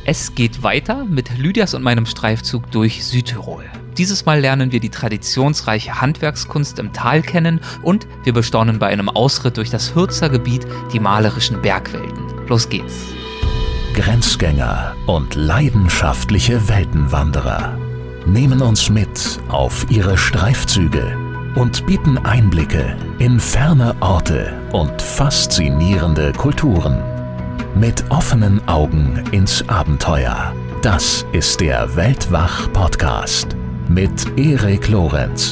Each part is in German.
Es geht weiter mit Lydias und meinem Streifzug durch Südtirol. Dieses Mal lernen wir die traditionsreiche Handwerkskunst im Tal kennen und wir bestaunen bei einem Ausritt durch das Hürzer Gebiet die malerischen Bergwelten. Los geht's! Grenzgänger und leidenschaftliche Weltenwanderer nehmen uns mit auf ihre Streifzüge und bieten Einblicke in ferne Orte und faszinierende Kulturen. Mit offenen Augen ins Abenteuer. Das ist der Weltwach-Podcast mit Erik Lorenz.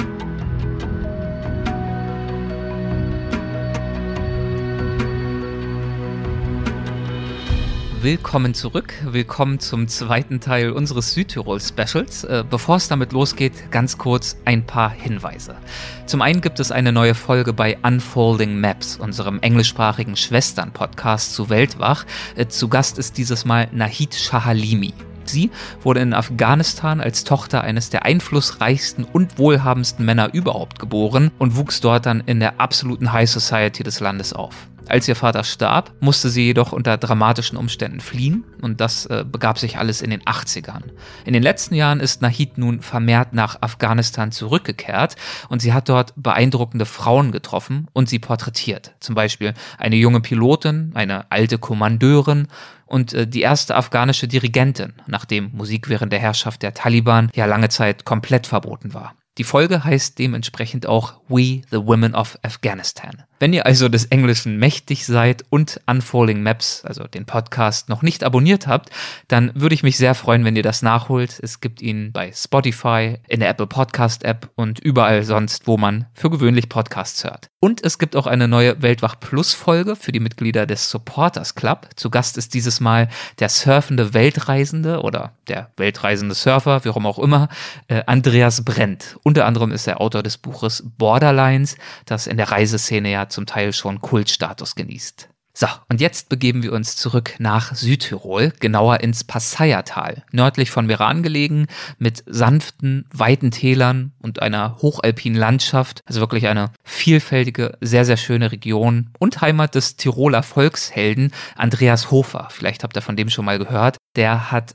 Willkommen zurück, willkommen zum zweiten Teil unseres Südtirol-Specials. Bevor es damit losgeht, ganz kurz ein paar Hinweise. Zum einen gibt es eine neue Folge bei Unfolding Maps, unserem englischsprachigen Schwestern-Podcast zu Weltwach. Zu Gast ist dieses Mal Nahid Shahalimi. Sie wurde in Afghanistan als Tochter eines der einflussreichsten und wohlhabendsten Männer überhaupt geboren und wuchs dort dann in der absoluten High Society des Landes auf. Als ihr Vater starb, musste sie jedoch unter dramatischen Umständen fliehen und das begab sich alles in den 80ern. In den letzten Jahren ist Nahid nun vermehrt nach Afghanistan zurückgekehrt und sie hat dort beeindruckende Frauen getroffen und sie porträtiert. Zum Beispiel eine junge Pilotin, eine alte Kommandeurin und die erste afghanische Dirigentin, nachdem Musik während der Herrschaft der Taliban ja lange Zeit komplett verboten war. Die Folge heißt dementsprechend auch We, the Women of Afghanistan. Wenn ihr also des Englischen mächtig seid und Unfolding Maps, also den Podcast, noch nicht abonniert habt, dann würde ich mich sehr freuen, wenn ihr das nachholt. Es gibt ihn bei Spotify, in der Apple Podcast App und überall sonst, wo man für gewöhnlich Podcasts hört. Und es gibt auch eine neue Weltwach Plus Folge für die Mitglieder des Supporters Club. Zu Gast ist dieses Mal der surfende Weltreisende oder der weltreisende Surfer, wie auch immer, Andreas Brent. Unter anderem ist er Autor des Buches Borderlines, das in der Reiseszene ja zum Teil schon Kultstatus genießt. So, und jetzt begeben wir uns zurück nach Südtirol, genauer ins Passaiertal, nördlich von Meran gelegen, mit sanften, weiten Tälern und einer hochalpinen Landschaft. Also wirklich eine vielfältige, sehr, sehr schöne Region und Heimat des Tiroler Volkshelden Andreas Hofer. Vielleicht habt ihr von dem schon mal gehört. Der hat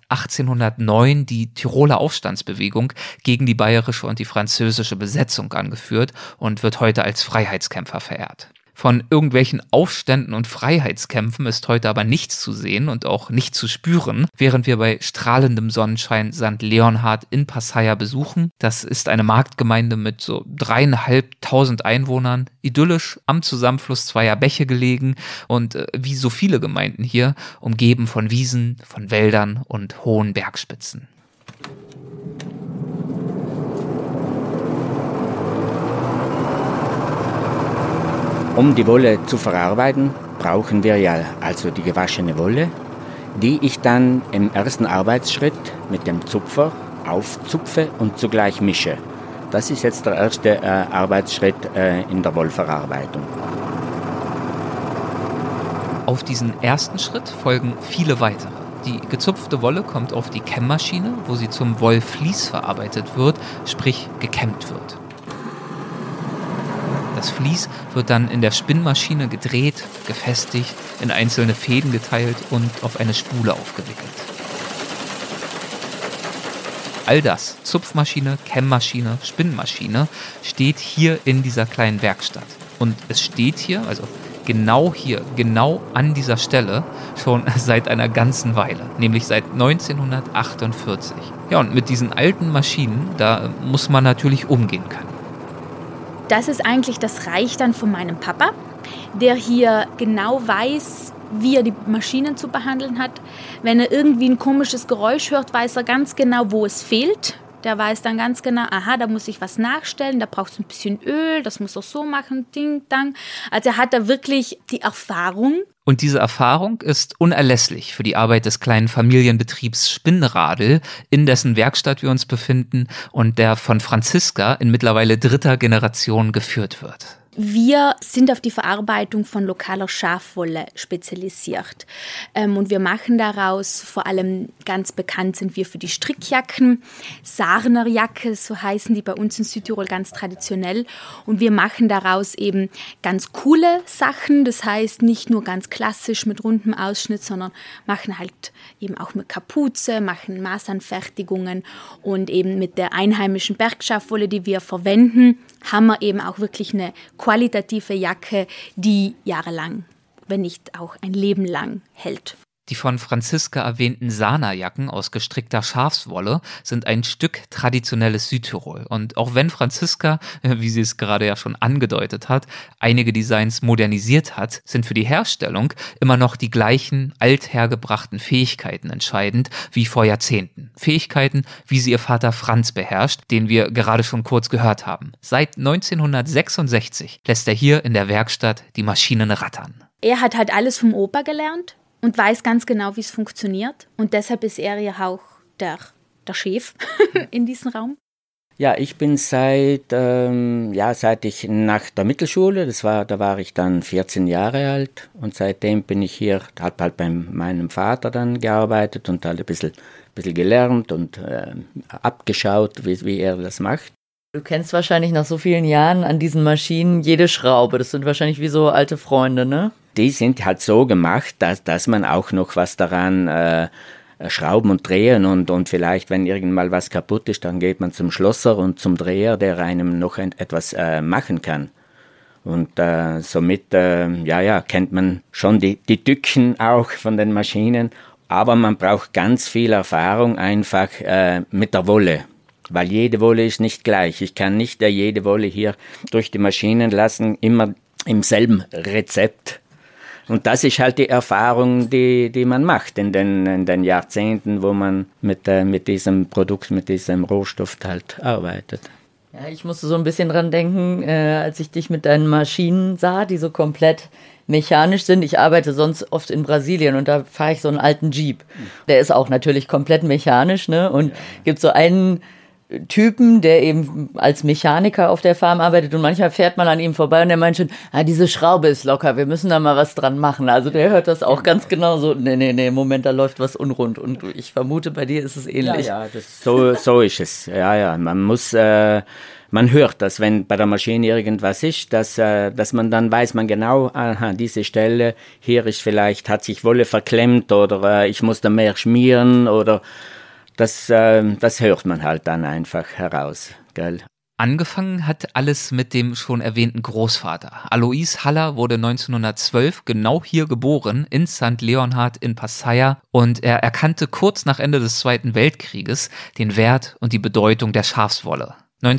1809 die Tiroler Aufstandsbewegung gegen die bayerische und die französische Besetzung angeführt und wird heute als Freiheitskämpfer verehrt. Von irgendwelchen Aufständen und Freiheitskämpfen ist heute aber nichts zu sehen und auch nicht zu spüren, während wir bei strahlendem Sonnenschein St. Leonhard in Passaia besuchen. Das ist eine Marktgemeinde mit so 3.500 Einwohnern, idyllisch am Zusammenfluss zweier Bäche gelegen und wie so viele Gemeinden hier, umgeben von Wiesen, von Wäldern und hohen Bergspitzen. Um die Wolle zu verarbeiten, brauchen wir ja also die gewaschene Wolle, die ich dann im ersten Arbeitsschritt mit dem Zupfer aufzupfe und zugleich mische. Das ist jetzt der erste Arbeitsschritt in der Wollverarbeitung. Auf diesen ersten Schritt folgen viele weitere. Die gezupfte Wolle kommt auf die Kämmmaschine, wo sie zum Wollvlies verarbeitet wird, sprich gekämmt wird. Das Vlies wird dann in der Spinnmaschine gedreht, gefestigt, in einzelne Fäden geteilt und auf eine Spule aufgewickelt. All das, Zupfmaschine, Kämmmaschine, Spinnmaschine, steht hier in dieser kleinen Werkstatt. Und es steht hier, also genau hier, genau an dieser Stelle, schon seit einer ganzen Weile, nämlich seit 1948. Ja, und mit diesen alten Maschinen, da muss man natürlich umgehen können. Das ist eigentlich das Reich dann von meinem Papa, der hier genau weiß, wie er die Maschinen zu behandeln hat. Wenn er irgendwie ein komisches Geräusch hört, weiß er ganz genau, wo es fehlt. Der weiß dann ganz genau, aha, da muss ich was nachstellen, da braucht es ein bisschen Öl, das muss er so machen, ding, dang. Also er hat da wirklich die Erfahrung. Und diese Erfahrung ist unerlässlich für die Arbeit des kleinen Familienbetriebs Spinnradl, in dessen Werkstatt wir uns befinden und der von Franziska in mittlerweile 3. Generation geführt wird. Wir sind auf die Verarbeitung von lokaler Schafwolle spezialisiert. Und wir machen daraus, vor allem ganz bekannt sind wir für die Strickjacken, Sarnerjacke, so heißen die bei uns in Südtirol ganz traditionell. Und wir machen daraus eben ganz coole Sachen, das heißt nicht nur ganz klassisch mit rundem Ausschnitt, sondern machen halt eben auch mit Kapuze, machen Maßanfertigungen und eben mit der einheimischen Bergschafwolle, die wir verwenden, haben wir eben auch wirklich eine qualitative Jacke, die jahrelang, wenn nicht auch ein Leben lang hält. Die von Franziska erwähnten Sarnerjacken aus gestrickter Schafswolle sind ein Stück traditionelles Südtirol. Und auch wenn Franziska, wie sie es gerade ja schon angedeutet hat, einige Designs modernisiert hat, sind für die Herstellung immer noch die gleichen althergebrachten Fähigkeiten entscheidend wie vor Jahrzehnten. Fähigkeiten, wie sie ihr Vater Franz beherrscht, den wir gerade schon kurz gehört haben. Seit 1966 lässt er hier in der Werkstatt die Maschinen rattern. Er hat halt alles vom Opa gelernt und weiß ganz genau, wie es funktioniert. Und deshalb ist er ja auch der Chef in diesem Raum. Ja, ich bin seit ich nach der Mittelschule, da war ich dann 14 Jahre alt und seitdem bin ich hier, habe halt bei meinem Vater dann gearbeitet und halt ein bisschen gelernt und abgeschaut, wie er das macht. Du kennst wahrscheinlich nach so vielen Jahren an diesen Maschinen jede Schraube. Das sind wahrscheinlich wie so alte Freunde, ne? Die sind halt so gemacht, dass man auch noch was daran schrauben und drehen und vielleicht, wenn irgendwann was kaputt ist, dann geht man zum Schlosser und zum Dreher, der einem noch etwas machen kann. Und somit kennt man schon die Tücken auch von den Maschinen, aber man braucht ganz viel Erfahrung einfach mit der Wolle. Weil jede Wolle ist nicht gleich. Ich kann nicht jede Wolle hier durch die Maschinen lassen, immer im selben Rezept. Und das ist halt die Erfahrung, die man macht in den Jahrzehnten, wo man mit diesem Produkt, mit diesem Rohstoff halt arbeitet. Ja, ich musste so ein bisschen dran denken, als ich dich mit deinen Maschinen sah, die so komplett mechanisch sind. Ich arbeite sonst oft in Brasilien und da fahre ich so einen alten Jeep. Der ist auch natürlich komplett mechanisch, ne? Und gibt so einen Typen, der eben als Mechaniker auf der Farm arbeitet und manchmal fährt man an ihm vorbei und der meint schon, diese Schraube ist locker, wir müssen da mal was dran machen. Also der hört das auch ganz genau so, nee, Moment, da läuft was unrund und ich vermute, bei dir ist es ähnlich. Ja, so ist es. Ja, man muss, man hört das, wenn bei der Maschine irgendwas ist, dass man dann weiß man genau, aha, diese Stelle, hier ist vielleicht, hat sich Wolle verklemmt oder ich muss da mehr schmieren oder das hört man halt dann einfach heraus, gell? Angefangen hat alles mit dem schon erwähnten Großvater. Alois Haller wurde 1912 genau hier geboren, in St. Leonhard in Pattaya, und er erkannte kurz nach Ende des Zweiten Weltkrieges den Wert und die Bedeutung der Schafswolle.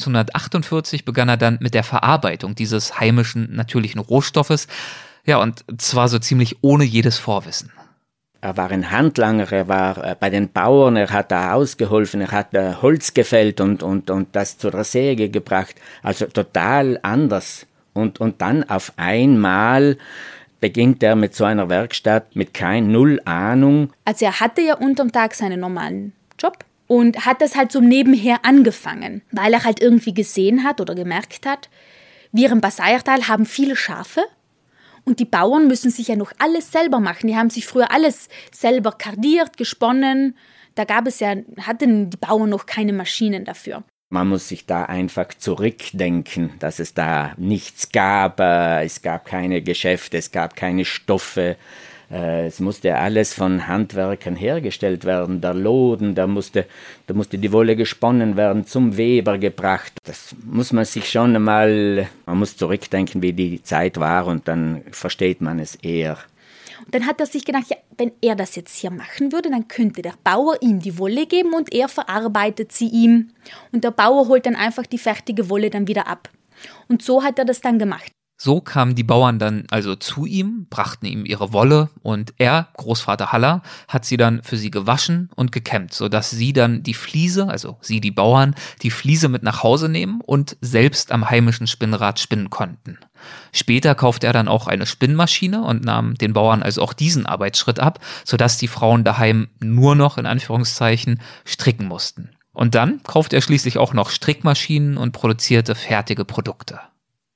1948 begann er dann mit der Verarbeitung dieses heimischen, natürlichen Rohstoffes, ja, und zwar so ziemlich ohne jedes Vorwissen. Er war ein Handlanger, er war bei den Bauern, er hat da ausgeholfen, er hat Holz gefällt und das zur Säge gebracht. Also total anders. Und dann auf einmal beginnt er mit so einer Werkstatt mit null Ahnung. Also er hatte ja unterm Tag seinen normalen Job und hat das halt so nebenher angefangen, weil er halt irgendwie gesehen hat oder gemerkt hat, wir im Passayertal haben viele Schafe. Und die Bauern müssen sich ja noch alles selber machen. Die haben sich früher alles selber kardiert, gesponnen. Da hatten die Bauern noch keine Maschinen dafür. Man muss sich da einfach zurückdenken, dass es da nichts gab. Es gab keine Geschäfte, es gab keine Stoffe. Es musste alles von Handwerkern hergestellt werden. Der Loden, da musste die Wolle gesponnen werden, zum Weber gebracht. Das muss man sich schon einmal, man muss zurückdenken, wie die Zeit war und dann versteht man es eher. Und dann hat er sich gedacht, ja, wenn er das jetzt hier machen würde, dann könnte der Bauer ihm die Wolle geben und er verarbeitet sie ihm. Und der Bauer holt dann einfach die fertige Wolle dann wieder ab. Und so hat er das dann gemacht. So kamen die Bauern dann also zu ihm, brachten ihm ihre Wolle und er, Großvater Haller, hat sie dann für sie gewaschen und gekämmt, sodass sie dann die Fliese, also sie, die Bauern, die Fliese mit nach Hause nehmen und selbst am heimischen Spinnrad spinnen konnten. Später kaufte er dann auch eine Spinnmaschine und nahm den Bauern also auch diesen Arbeitsschritt ab, sodass die Frauen daheim nur noch, in Anführungszeichen, stricken mussten. Und dann kaufte er schließlich auch noch Strickmaschinen und produzierte fertige Produkte.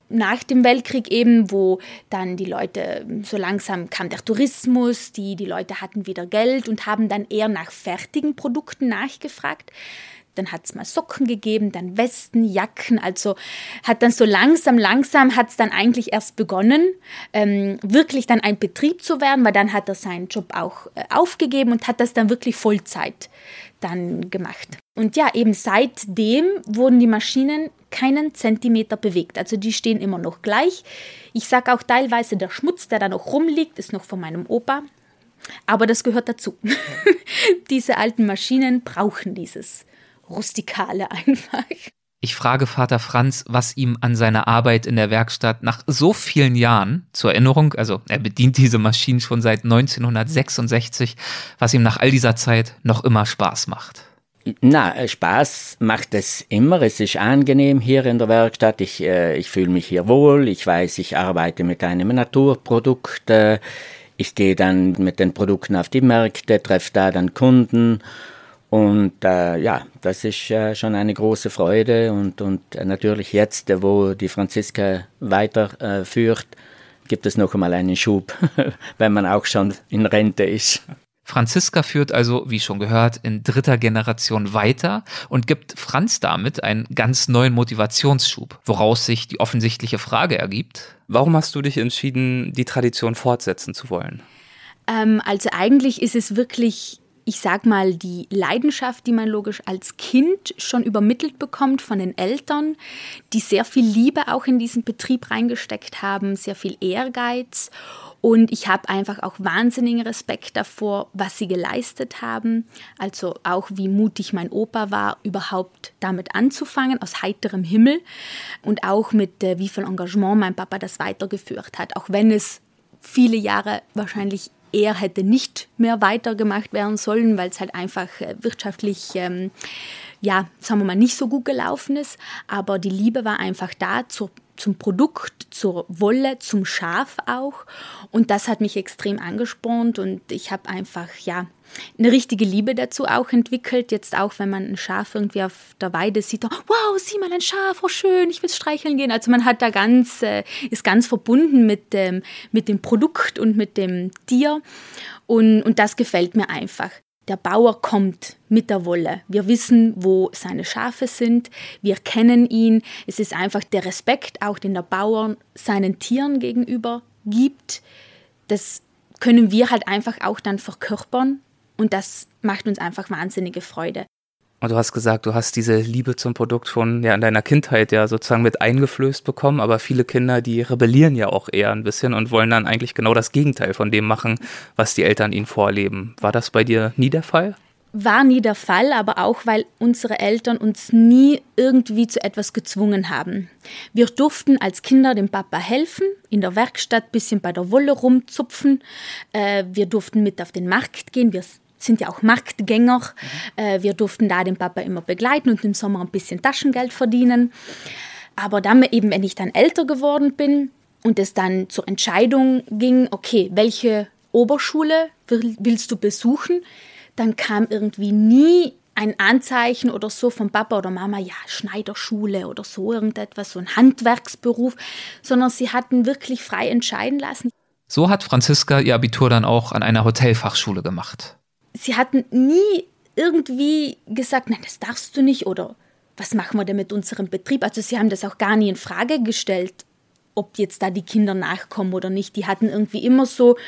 nach dem Weltkrieg eben, wo dann die Leute, so langsam kam der Tourismus, die Leute hatten wieder Geld und haben dann eher nach fertigen Produkten nachgefragt. Dann hat es mal Socken gegeben, dann Westen, Jacken, also hat dann so langsam hat es dann eigentlich erst begonnen, wirklich dann ein Betrieb zu werden, weil dann hat er seinen Job auch aufgegeben und hat das dann wirklich Vollzeit dann gemacht. Und ja, eben seitdem wurden die Maschinen keinen Zentimeter bewegt, also die stehen immer noch gleich. Ich sage auch teilweise, der Schmutz, der da noch rumliegt, ist noch von meinem Opa, aber das gehört dazu. Diese alten Maschinen brauchen dieses Rustikale einfach. Ich frage Vater Franz, was ihm an seiner Arbeit in der Werkstatt nach so vielen Jahren, zur Erinnerung, also er bedient diese Maschinen schon seit 1966, was ihm nach all dieser Zeit noch immer Spaß macht. Na, Spaß macht es immer. Es ist angenehm hier in der Werkstatt. Ich fühle mich hier wohl. Ich weiß, ich arbeite mit einem Naturprodukt. Ich gehe dann mit den Produkten auf die Märkte, treffe da dann Kunden. Und das ist schon eine große Freude und natürlich jetzt, wo die Franziska weiterführt, gibt es noch einmal einen Schub, wenn man auch schon in Rente ist. Franziska führt also, wie schon gehört, in 3. Generation weiter und gibt Franz damit einen ganz neuen Motivationsschub, woraus sich die offensichtliche Frage ergibt. Warum hast du dich entschieden, die Tradition fortsetzen zu wollen? Also eigentlich ist es wirklich, ich sag mal, die Leidenschaft, die man logisch als Kind schon übermittelt bekommt von den Eltern, die sehr viel Liebe auch in diesen Betrieb reingesteckt haben, sehr viel Ehrgeiz. Und ich habe einfach auch wahnsinnigen Respekt davor, was sie geleistet haben. Also auch wie mutig mein Opa war, überhaupt damit anzufangen, aus heiterem Himmel. Und auch mit wie viel Engagement mein Papa das weitergeführt hat. Auch wenn es viele Jahre wahrscheinlich er hätte nicht mehr weitergemacht werden sollen, weil es halt einfach wirtschaftlich, sagen wir mal, nicht so gut gelaufen ist. Aber die Liebe war einfach da zum Produkt, zur Wolle, zum Schaf auch. Und das hat mich extrem angespornt und ich habe einfach, eine richtige Liebe dazu auch entwickelt. Jetzt auch, wenn man ein Schaf irgendwie auf der Weide sieht, wow, sieh mal ein Schaf, oh schön, ich will streicheln gehen. Also man hat da ist ganz verbunden mit dem Produkt und mit dem Tier und das gefällt mir einfach. Der Bauer kommt mit der Wolle. Wir wissen, wo seine Schafe sind. Wir kennen ihn. Es ist einfach der Respekt, auch den der Bauer seinen Tieren gegenüber gibt. Das können wir halt einfach auch dann verkörpern. Und das macht uns einfach wahnsinnige Freude. Und du hast gesagt, du hast diese Liebe zum Produkt schon in deiner Kindheit sozusagen mit eingeflößt bekommen, aber viele Kinder, die rebellieren ja auch eher ein bisschen und wollen dann eigentlich genau das Gegenteil von dem machen, was die Eltern ihnen vorleben. War das bei dir nie der Fall? War nie der Fall, aber auch, weil unsere Eltern uns nie irgendwie zu etwas gezwungen haben. Wir durften als Kinder dem Papa helfen, in der Werkstatt ein bisschen bei der Wolle rumzupfen. Wir durften mit auf den Markt gehen, wir sind ja auch Marktgänger. Wir durften da den Papa immer begleiten und im Sommer ein bisschen Taschengeld verdienen. Aber dann eben, wenn ich dann älter geworden bin und es dann zur Entscheidung ging, okay, welche Oberschule willst du besuchen, dann kam irgendwie nie ein Anzeichen oder so von Papa oder Mama, Schneiderschule oder so irgendetwas, so ein Handwerksberuf, sondern sie hatten wirklich frei entscheiden lassen. So hat Franziska ihr Abitur dann auch an einer Hotelfachschule gemacht. Sie hatten nie irgendwie gesagt, nein, das darfst du nicht oder was machen wir denn mit unserem Betrieb? Also sie haben das auch gar nie in Frage gestellt, ob jetzt da die Kinder nachkommen oder nicht. Die hatten irgendwie immer so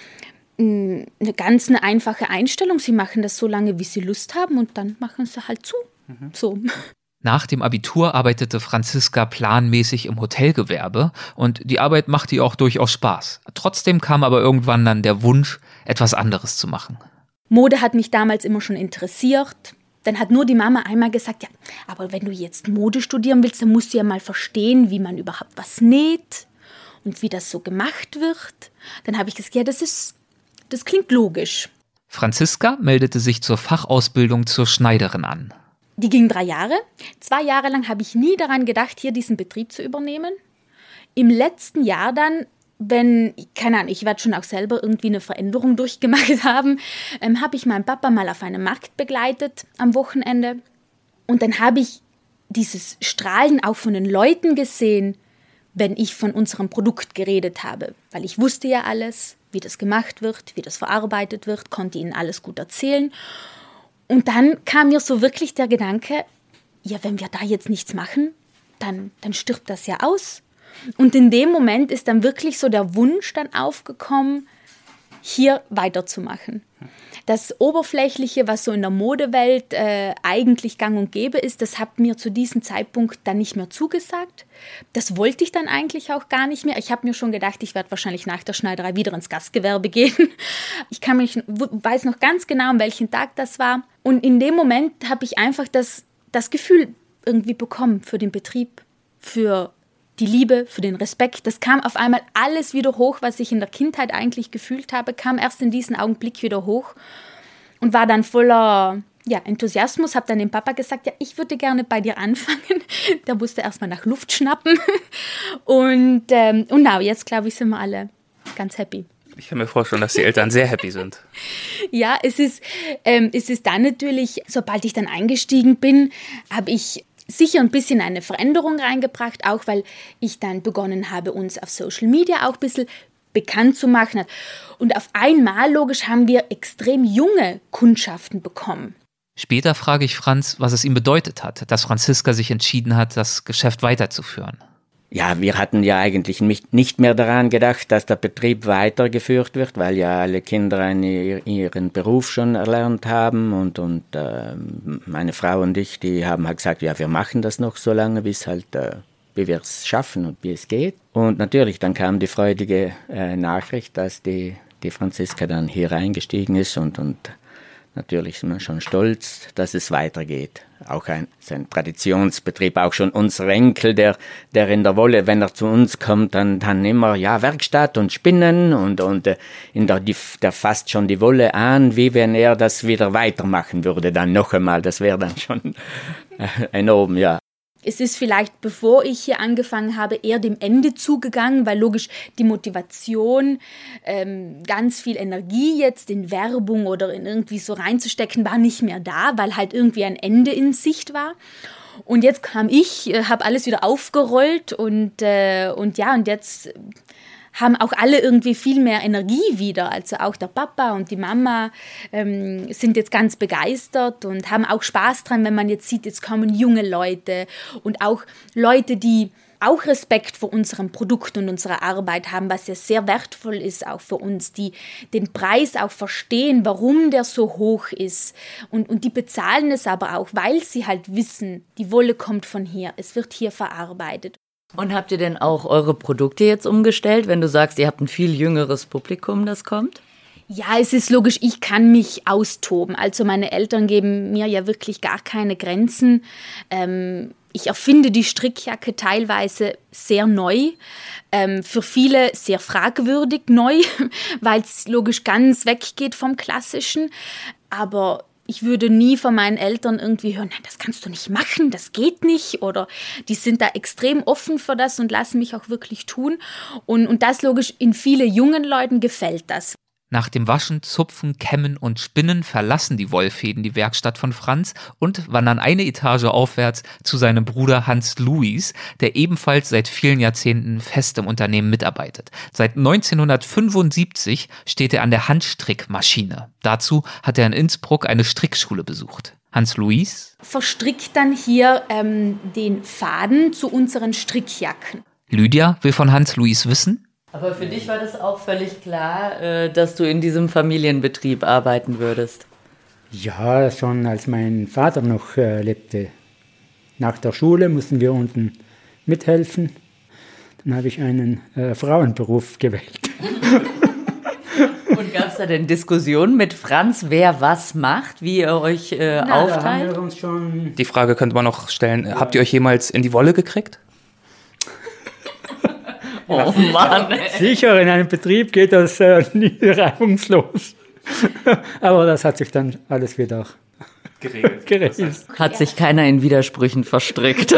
eine ganz einfache Einstellung. Sie machen das so lange, wie sie Lust haben und dann machen sie halt zu. So. Nach dem Abitur arbeitete Franziska planmäßig im Hotelgewerbe und die Arbeit machte ihr auch durchaus Spaß. Trotzdem kam aber irgendwann dann der Wunsch, etwas anderes zu machen. Mode hat mich damals immer schon interessiert. Dann hat nur die Mama einmal gesagt, aber wenn du jetzt Mode studieren willst, dann musst du ja mal verstehen, wie man überhaupt was näht und wie das so gemacht wird. Dann habe ich gesagt, das klingt logisch. Franziska meldete sich zur Fachausbildung zur Schneiderin an. Die ging 3 Jahre. 2 Jahre lang habe ich nie daran gedacht, hier diesen Betrieb zu übernehmen. Im letzten Jahr dann, ich werde schon auch selber irgendwie eine Veränderung durchgemacht haben, habe ich meinen Papa mal auf einen Markt begleitet am Wochenende. Und dann habe ich dieses Strahlen auch von den Leuten gesehen, wenn ich von unserem Produkt geredet habe, weil ich wusste ja alles, wie das gemacht wird, wie das verarbeitet wird, konnte ihnen alles gut erzählen. Und dann kam mir so wirklich der Gedanke, ja, wenn wir da jetzt nichts machen, dann stirbt das ja aus. Und in dem Moment ist dann wirklich so der Wunsch dann aufgekommen, hier weiterzumachen. Das Oberflächliche, was so in der Modewelt eigentlich gang und gäbe ist, das hat mir zu diesem Zeitpunkt dann nicht mehr zugesagt. Das wollte ich dann eigentlich auch gar nicht mehr. Ich habe mir schon gedacht, ich werde wahrscheinlich nach der Schneiderei wieder ins Gastgewerbe gehen. Ich weiß noch ganz genau, an welchem Tag das war. Und in dem Moment habe ich einfach das Gefühl irgendwie bekommen für den Betrieb, für die Liebe, für den Respekt. Das kam auf einmal alles wieder hoch, was ich in der Kindheit eigentlich gefühlt habe, kam erst in diesem Augenblick wieder hoch und war dann voller Enthusiasmus. Habe dann dem Papa gesagt, ja, ich würde gerne bei dir anfangen. Der musste erstmal nach Luft schnappen. Und jetzt, glaube ich, sind wir alle ganz happy. Ich kann mir vorstellen, dass die Eltern sehr happy sind. Ja, es ist dann natürlich, sobald ich dann eingestiegen bin, habe ich sicher ein bisschen eine Veränderung reingebracht, auch weil ich dann begonnen habe, uns auf Social Media auch ein bisschen bekannt zu machen. Und auf einmal, logisch, haben wir extrem junge Kundschaften bekommen. Später frage ich Franz, was es ihm bedeutet hat, dass Franziska sich entschieden hat, das Geschäft weiterzuführen. Ja, wir hatten ja eigentlich nicht mehr daran gedacht, dass der Betrieb weitergeführt wird, weil ja alle Kinder ihren Beruf schon erlernt haben und meine Frau und ich, die haben halt gesagt, ja, wir machen das noch so lange, wie wir es schaffen und wie es geht. Und natürlich, dann kam die freudige Nachricht, dass die Franziska dann hier eingestiegen ist und natürlich sind wir schon stolz, dass es weitergeht. Auch ein Traditionsbetrieb, auch schon unser Enkel, der in der Wolle, wenn er zu uns kommt, dann immer, Werkstatt und Spinnen und der fasst schon die Wolle an, wie wenn er das wieder weitermachen würde, dann noch einmal. Das wäre dann schon enorm, ja. Es ist vielleicht, bevor ich hier angefangen habe, eher dem Ende zugegangen, weil logisch die Motivation, ganz viel Energie jetzt in Werbung oder in irgendwie so reinzustecken, war nicht mehr da, weil halt irgendwie ein Ende in Sicht war. Und jetzt kam ich, habe alles wieder aufgerollt und jetzt haben auch alle irgendwie viel mehr Energie wieder. Also auch der Papa und die Mama sind jetzt ganz begeistert und haben auch Spaß dran, wenn man jetzt sieht, jetzt kommen junge Leute und auch Leute, die auch Respekt vor unserem Produkt und unserer Arbeit haben, was ja sehr wertvoll ist auch für uns, die den Preis auch verstehen, warum der so hoch ist. Und die bezahlen es aber auch, weil sie halt wissen, die Wolle kommt von hier, es wird hier verarbeitet. Und habt ihr denn auch eure Produkte jetzt umgestellt, wenn du sagst, ihr habt ein viel jüngeres Publikum, das kommt? Ja, es ist logisch, ich kann mich austoben. Also meine Eltern geben mir ja wirklich gar keine Grenzen. Ich erfinde die Strickjacke teilweise sehr neu, für viele sehr fragwürdig neu, weil es logisch ganz weggeht vom Klassischen. Aber ich würde nie von meinen Eltern irgendwie hören, nein, das kannst du nicht machen, das geht nicht. Oder die sind da extrem offen für das und lassen mich auch wirklich tun. Und das logisch, in viele jungen Leuten gefällt das. Nach dem Waschen, Zupfen, Kämmen und Spinnen verlassen die Wollfäden die Werkstatt von Franz und wandern eine Etage aufwärts zu seinem Bruder Hans Louis, der ebenfalls seit vielen Jahrzehnten fest im Unternehmen mitarbeitet. Seit 1975 steht er an der Handstrickmaschine. Dazu hat er in Innsbruck eine Strickschule besucht. Hans Louis verstrickt dann hier den Faden zu unseren Strickjacken. Lydia will von Hans Louis wissen. Aber für dich war das auch völlig klar, dass du in diesem Familienbetrieb arbeiten würdest? Ja, schon als mein Vater noch lebte. Nach der Schule mussten wir unten mithelfen. Dann habe ich einen Frauenberuf gewählt. Und gab es da denn Diskussionen mit Franz, wer was macht, wie ihr euch aufteilt? Da haben wir uns schon Die Frage könnte man noch stellen, habt ihr euch jemals in die Wolle gekriegt? Oh Mann. Sicher, in einem Betrieb geht das nie reibungslos. Aber das hat sich dann alles wieder geregelt. Hat sich keiner in Widersprüchen verstrickt.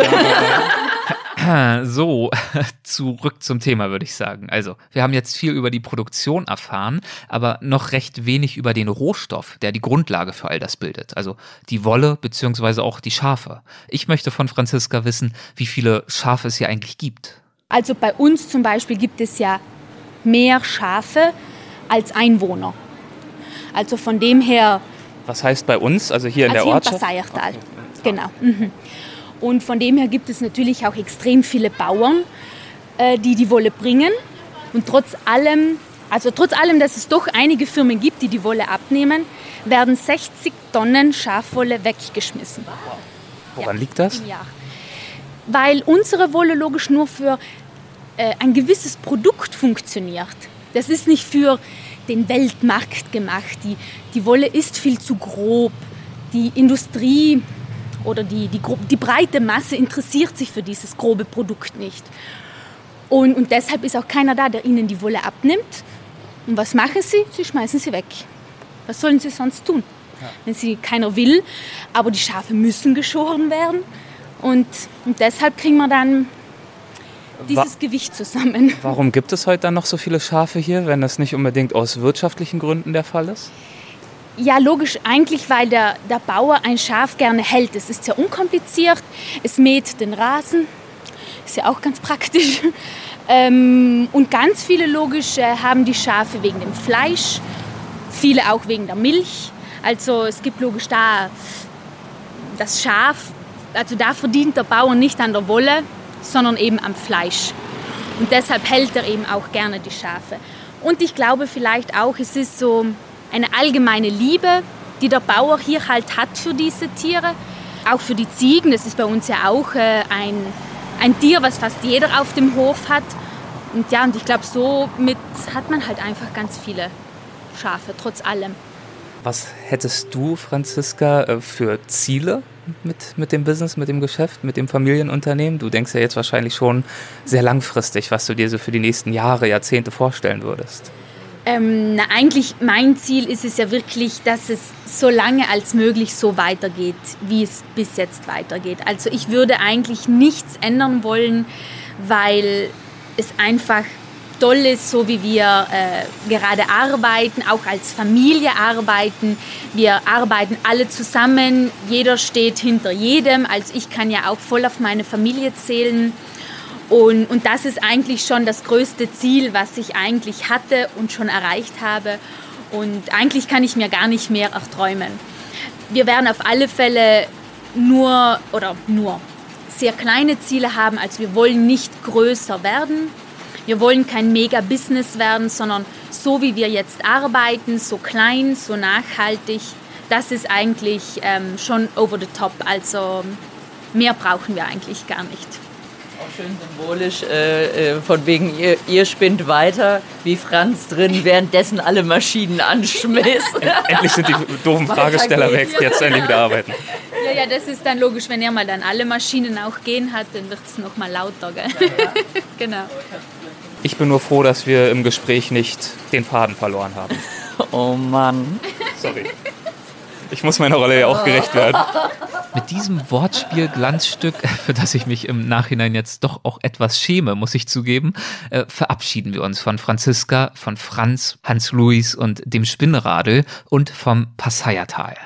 So, zurück zum Thema, würde ich sagen. Also, wir haben jetzt viel über die Produktion erfahren, aber noch recht wenig über den Rohstoff, der die Grundlage für all das bildet. Also die Wolle beziehungsweise auch die Schafe. Ich möchte von Franziska wissen, wie viele Schafe es hier eigentlich gibt. Also bei uns zum Beispiel gibt es ja mehr Schafe als Einwohner. Also von dem her... Was heißt bei uns, also hier in der Ortschaft? Also hier im Passayertal, genau. Mhm. Und von dem her gibt es natürlich auch extrem viele Bauern, die die Wolle bringen. Und trotz allem, dass es doch einige Firmen gibt, die die Wolle abnehmen, werden 60 Tonnen Schafwolle weggeschmissen. Woran liegt das? Im Jahr. Weil unsere Wolle logisch nur für ein gewisses Produkt funktioniert. Das ist nicht für den Weltmarkt gemacht. Die Wolle ist viel zu grob. Die Industrie oder die breite Masse interessiert sich für dieses grobe Produkt nicht. Und deshalb ist auch keiner da, der ihnen die Wolle abnimmt. Und was machen sie? Sie schmeißen sie weg. Was sollen sie sonst tun? Ja. Wenn sie keiner will, aber die Schafe müssen geschoren werden. Und deshalb kriegen wir dann dieses Gewicht zusammen. Warum gibt es heute dann noch so viele Schafe hier, wenn das nicht unbedingt aus wirtschaftlichen Gründen der Fall ist? Ja, logisch, eigentlich, weil der Bauer ein Schaf gerne hält. Es ist sehr unkompliziert, es mäht den Rasen, ist ja auch ganz praktisch. Und ganz viele logisch haben die Schafe wegen dem Fleisch, viele auch wegen der Milch. Also es gibt logisch da das Schaf, also da verdient der Bauer nicht an der Wolle, sondern eben am Fleisch. Und deshalb hält er eben auch gerne die Schafe. Und ich glaube vielleicht auch, es ist so eine allgemeine Liebe, die der Bauer hier halt hat für diese Tiere. Auch für die Ziegen, das ist bei uns ja auch ein Tier, was fast jeder auf dem Hof hat. Und ja, und ich glaube, somit hat man halt einfach ganz viele Schafe, trotz allem. Was hättest du, Franziska, für Ziele mit dem Business, mit dem Geschäft, mit dem Familienunternehmen? Du denkst ja jetzt wahrscheinlich schon sehr langfristig, was du dir so für die nächsten Jahre, Jahrzehnte vorstellen würdest. Eigentlich mein Ziel ist es ja wirklich, dass es so lange als möglich so weitergeht, wie es bis jetzt weitergeht. Also ich würde eigentlich nichts ändern wollen, weil es einfach toll ist, so wie wir gerade arbeiten, auch als Familie arbeiten. Wir arbeiten alle zusammen, jeder steht hinter jedem. Also ich kann ja auch voll auf meine Familie zählen. Und das ist eigentlich schon das größte Ziel, was ich eigentlich hatte und schon erreicht habe. Und eigentlich kann ich mir gar nicht mehr erträumen. Wir werden auf alle Fälle nur sehr kleine Ziele haben. Also wir wollen nicht größer werden. Wir wollen kein Mega-Business werden, sondern so wie wir jetzt arbeiten, so klein, so nachhaltig, das ist eigentlich schon over the top. Also mehr brauchen wir eigentlich gar nicht. Auch schön symbolisch, von wegen ihr spinnt weiter, wie Franz drin währenddessen alle Maschinen anschmiss. Endlich sind die doofen Fragesteller weg, jetzt endlich wieder arbeiten. Ja, das ist dann logisch, wenn er mal dann alle Maschinen auch gehen hat, dann wird es noch mal lauter. Gell? Ja. Genau. Ich bin nur froh, dass wir im Gespräch nicht den Faden verloren haben. Oh Mann. Sorry. Ich muss meiner Rolle ja auch gerecht werden. Mit diesem Wortspiel-Glanzstück, für das ich mich im Nachhinein jetzt doch auch etwas schäme, muss ich zugeben, verabschieden wir uns von Franziska, von Franz, Hans-Luis und dem Spinnradl und vom Passayertal.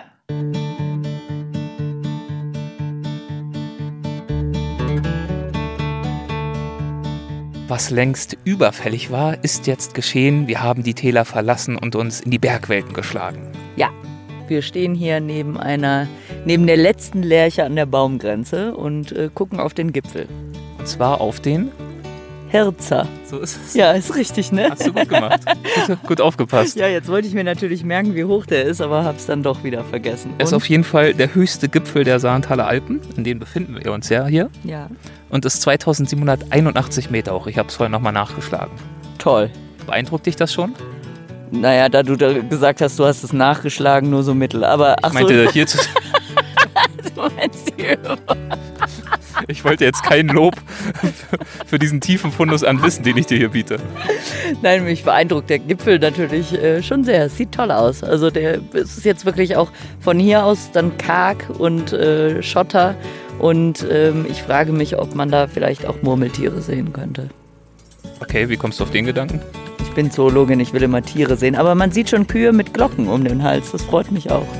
Was längst überfällig war, ist jetzt geschehen. Wir haben die Täler verlassen und uns in die Bergwelten geschlagen. Ja, wir stehen hier neben der letzten Lärche an der Baumgrenze und gucken auf den Gipfel. Und zwar auf den Herzer. So ist es. Ja, ist richtig, ne? Hast du gut gemacht. Gut aufgepasst. Ja, jetzt wollte ich mir natürlich merken, wie hoch der ist, aber hab's dann doch wieder vergessen. Er ist auf jeden Fall der höchste Gipfel der Saarenthaler Alpen. In denen befinden wir uns ja hier. Ja. Und ist 2781 Meter hoch. Ich habe es vorhin nochmal nachgeschlagen. Toll. Beeindruckt dich das schon? Naja, da du da gesagt hast, du hast es nachgeschlagen, nur so mittel. Aber ach, ich meinte hier zu... Du meinst die Höhe. Ich wollte jetzt kein Lob für diesen tiefen Fundus an Wissen, den ich dir hier biete. Nein, mich beeindruckt der Gipfel natürlich schon sehr. Es sieht toll aus. Also es ist jetzt wirklich auch von hier aus dann karg und Schotter. Und ich frage mich, ob man da vielleicht auch Murmeltiere sehen könnte. Okay, wie kommst du auf den Gedanken? Ich bin Zoologin, ich will immer Tiere sehen. Aber man sieht schon Kühe mit Glocken um den Hals. Das freut mich auch.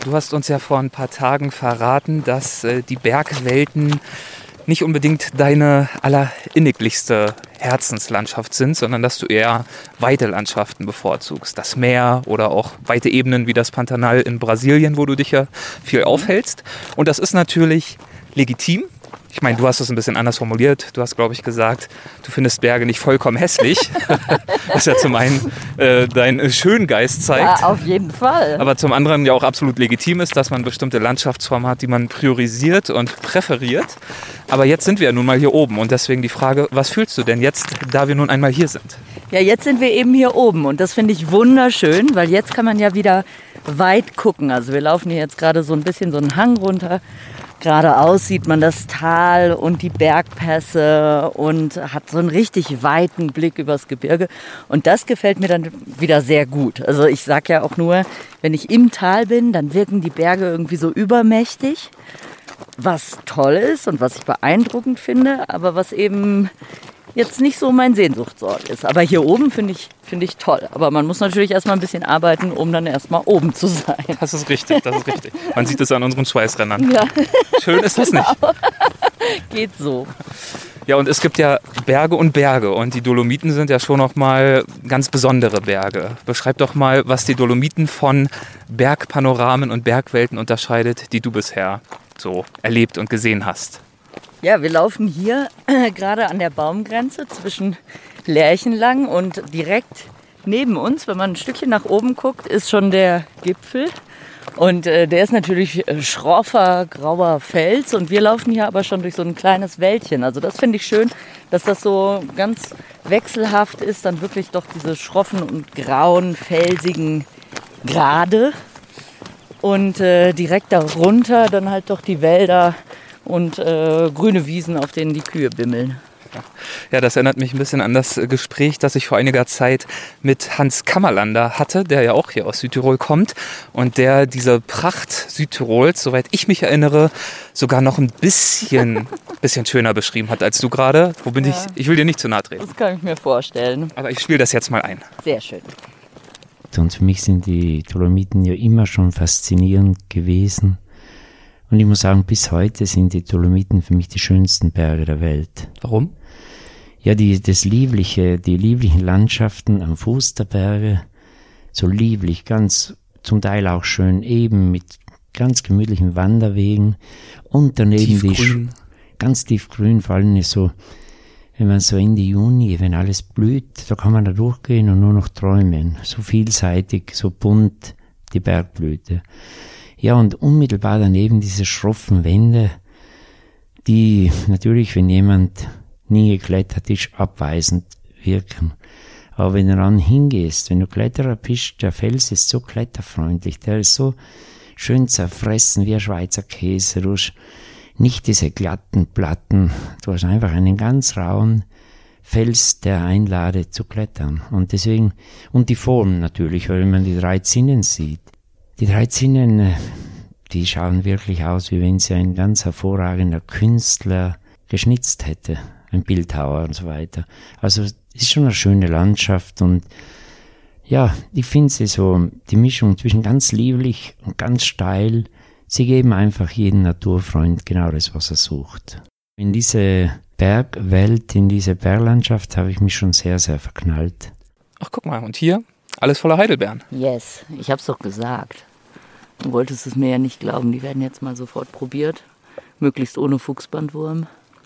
du hast uns ja vor ein paar Tagen verraten, dass die Bergwelten nicht unbedingt deine allerinniglichste Herzenslandschaft sind, sondern dass du eher weite Landschaften bevorzugst. Das Meer oder auch weite Ebenen wie das Pantanal in Brasilien, wo du dich ja viel aufhältst. Und das ist natürlich legitim. Ich meine, du hast es ein bisschen anders formuliert. Du hast, glaube ich, gesagt, du findest Berge nicht vollkommen hässlich. Was ja zum einen deinen Schöngeist zeigt. Ja, auf jeden Fall. Aber zum anderen ja auch absolut legitim ist, dass man bestimmte Landschaftsformen hat, die man priorisiert und präferiert. Aber jetzt sind wir ja nun mal hier oben. Und deswegen die Frage, was fühlst du denn jetzt, da wir nun einmal hier sind? Ja, jetzt sind wir eben hier oben. Und das finde ich wunderschön, weil jetzt kann man ja wieder weit gucken. Also wir laufen hier jetzt gerade so ein bisschen so einen Hang runter. Geradeaus sieht man das Tal und die Bergpässe und hat so einen richtig weiten Blick übers Gebirge. Und das gefällt mir dann wieder sehr gut. Also ich sage ja auch nur, wenn ich im Tal bin, dann wirken die Berge irgendwie so übermächtig. Was toll ist und was ich beeindruckend finde, aber was eben jetzt nicht so mein Sehnsuchtsort ist. Aber hier oben finde ich toll. Aber man muss natürlich erstmal ein bisschen arbeiten, um dann erstmal oben zu sein. Das ist richtig, das ist richtig. Man sieht es an unseren Schweißrändern. Ja. Schön ist das nicht. Geht so. Ja, und es gibt ja Berge und Berge. Und die Dolomiten sind ja schon noch mal ganz besondere Berge. Beschreib doch mal, was die Dolomiten von Bergpanoramen und Bergwelten unterscheidet, die du bisher so erlebt und gesehen hast. Ja, wir laufen hier gerade an der Baumgrenze zwischen Lärchen lang und direkt neben uns, wenn man ein Stückchen nach oben guckt, ist schon der Gipfel. Und der ist natürlich schroffer, grauer Fels und wir laufen hier aber schon durch so ein kleines Wäldchen. Also das finde ich schön, dass das so ganz wechselhaft ist, dann wirklich doch diese schroffen und grauen, felsigen Grade. Und direkt darunter dann halt doch die Wälder und grüne Wiesen, auf denen die Kühe bimmeln. Ja, das erinnert mich ein bisschen an das Gespräch, das ich vor einiger Zeit mit Hans Kammerlander hatte, der ja auch hier aus Südtirol kommt und der diese Pracht Südtirols, soweit ich mich erinnere, sogar noch ein bisschen schöner beschrieben hat als du gerade. Wo bin ich? Ich will dir nicht zu nahe treten. Das kann ich mir vorstellen. Aber ich spiele das jetzt mal ein. Sehr schön. Und für mich sind die Dolomiten ja immer schon faszinierend gewesen. Und ich muss sagen, bis heute sind die Dolomiten für mich die schönsten Berge der Welt. Warum? Ja, die lieblichen Landschaften am Fuß der Berge, so lieblich, ganz zum Teil auch schön eben mit ganz gemütlichen Wanderwegen und daneben tiefgrün. Ganz tiefgrün, vor allem so, wenn man so Ende Juni, wenn alles blüht, da kann man da durchgehen und nur noch träumen. So vielseitig, so bunt die Bergblüte. Ja, und unmittelbar daneben diese schroffen Wände, die natürlich, wenn jemand nie geklettert ist, abweisend wirken. Aber wenn du dann hingehst, wenn du Kletterer bist, der Fels ist so kletterfreundlich, der ist so schön zerfressen wie ein Schweizer Käse. Du hast nicht diese glatten Platten, du hast einfach einen ganz rauen Fels, der einladet zu klettern. Und deswegen, und die Form natürlich, wenn man die 3 Zinnen sieht. Die 3 Zinnen, die schauen wirklich aus, wie wenn sie ein ganz hervorragender Künstler geschnitzt hätte. Ein Bildhauer und so weiter. Also es ist schon eine schöne Landschaft und ja, ich finde sie so, die Mischung zwischen ganz lieblich und ganz steil, sie geben einfach jedem Naturfreund genau das, was er sucht. In diese Bergwelt, in diese Berglandschaft habe ich mich schon sehr, sehr verknallt. Ach, guck mal, und hier alles voller Heidelbeeren. Yes, ich hab's doch gesagt. Du wolltest es mir ja nicht glauben, die werden jetzt mal sofort probiert. Möglichst ohne Fuchsbandwurm.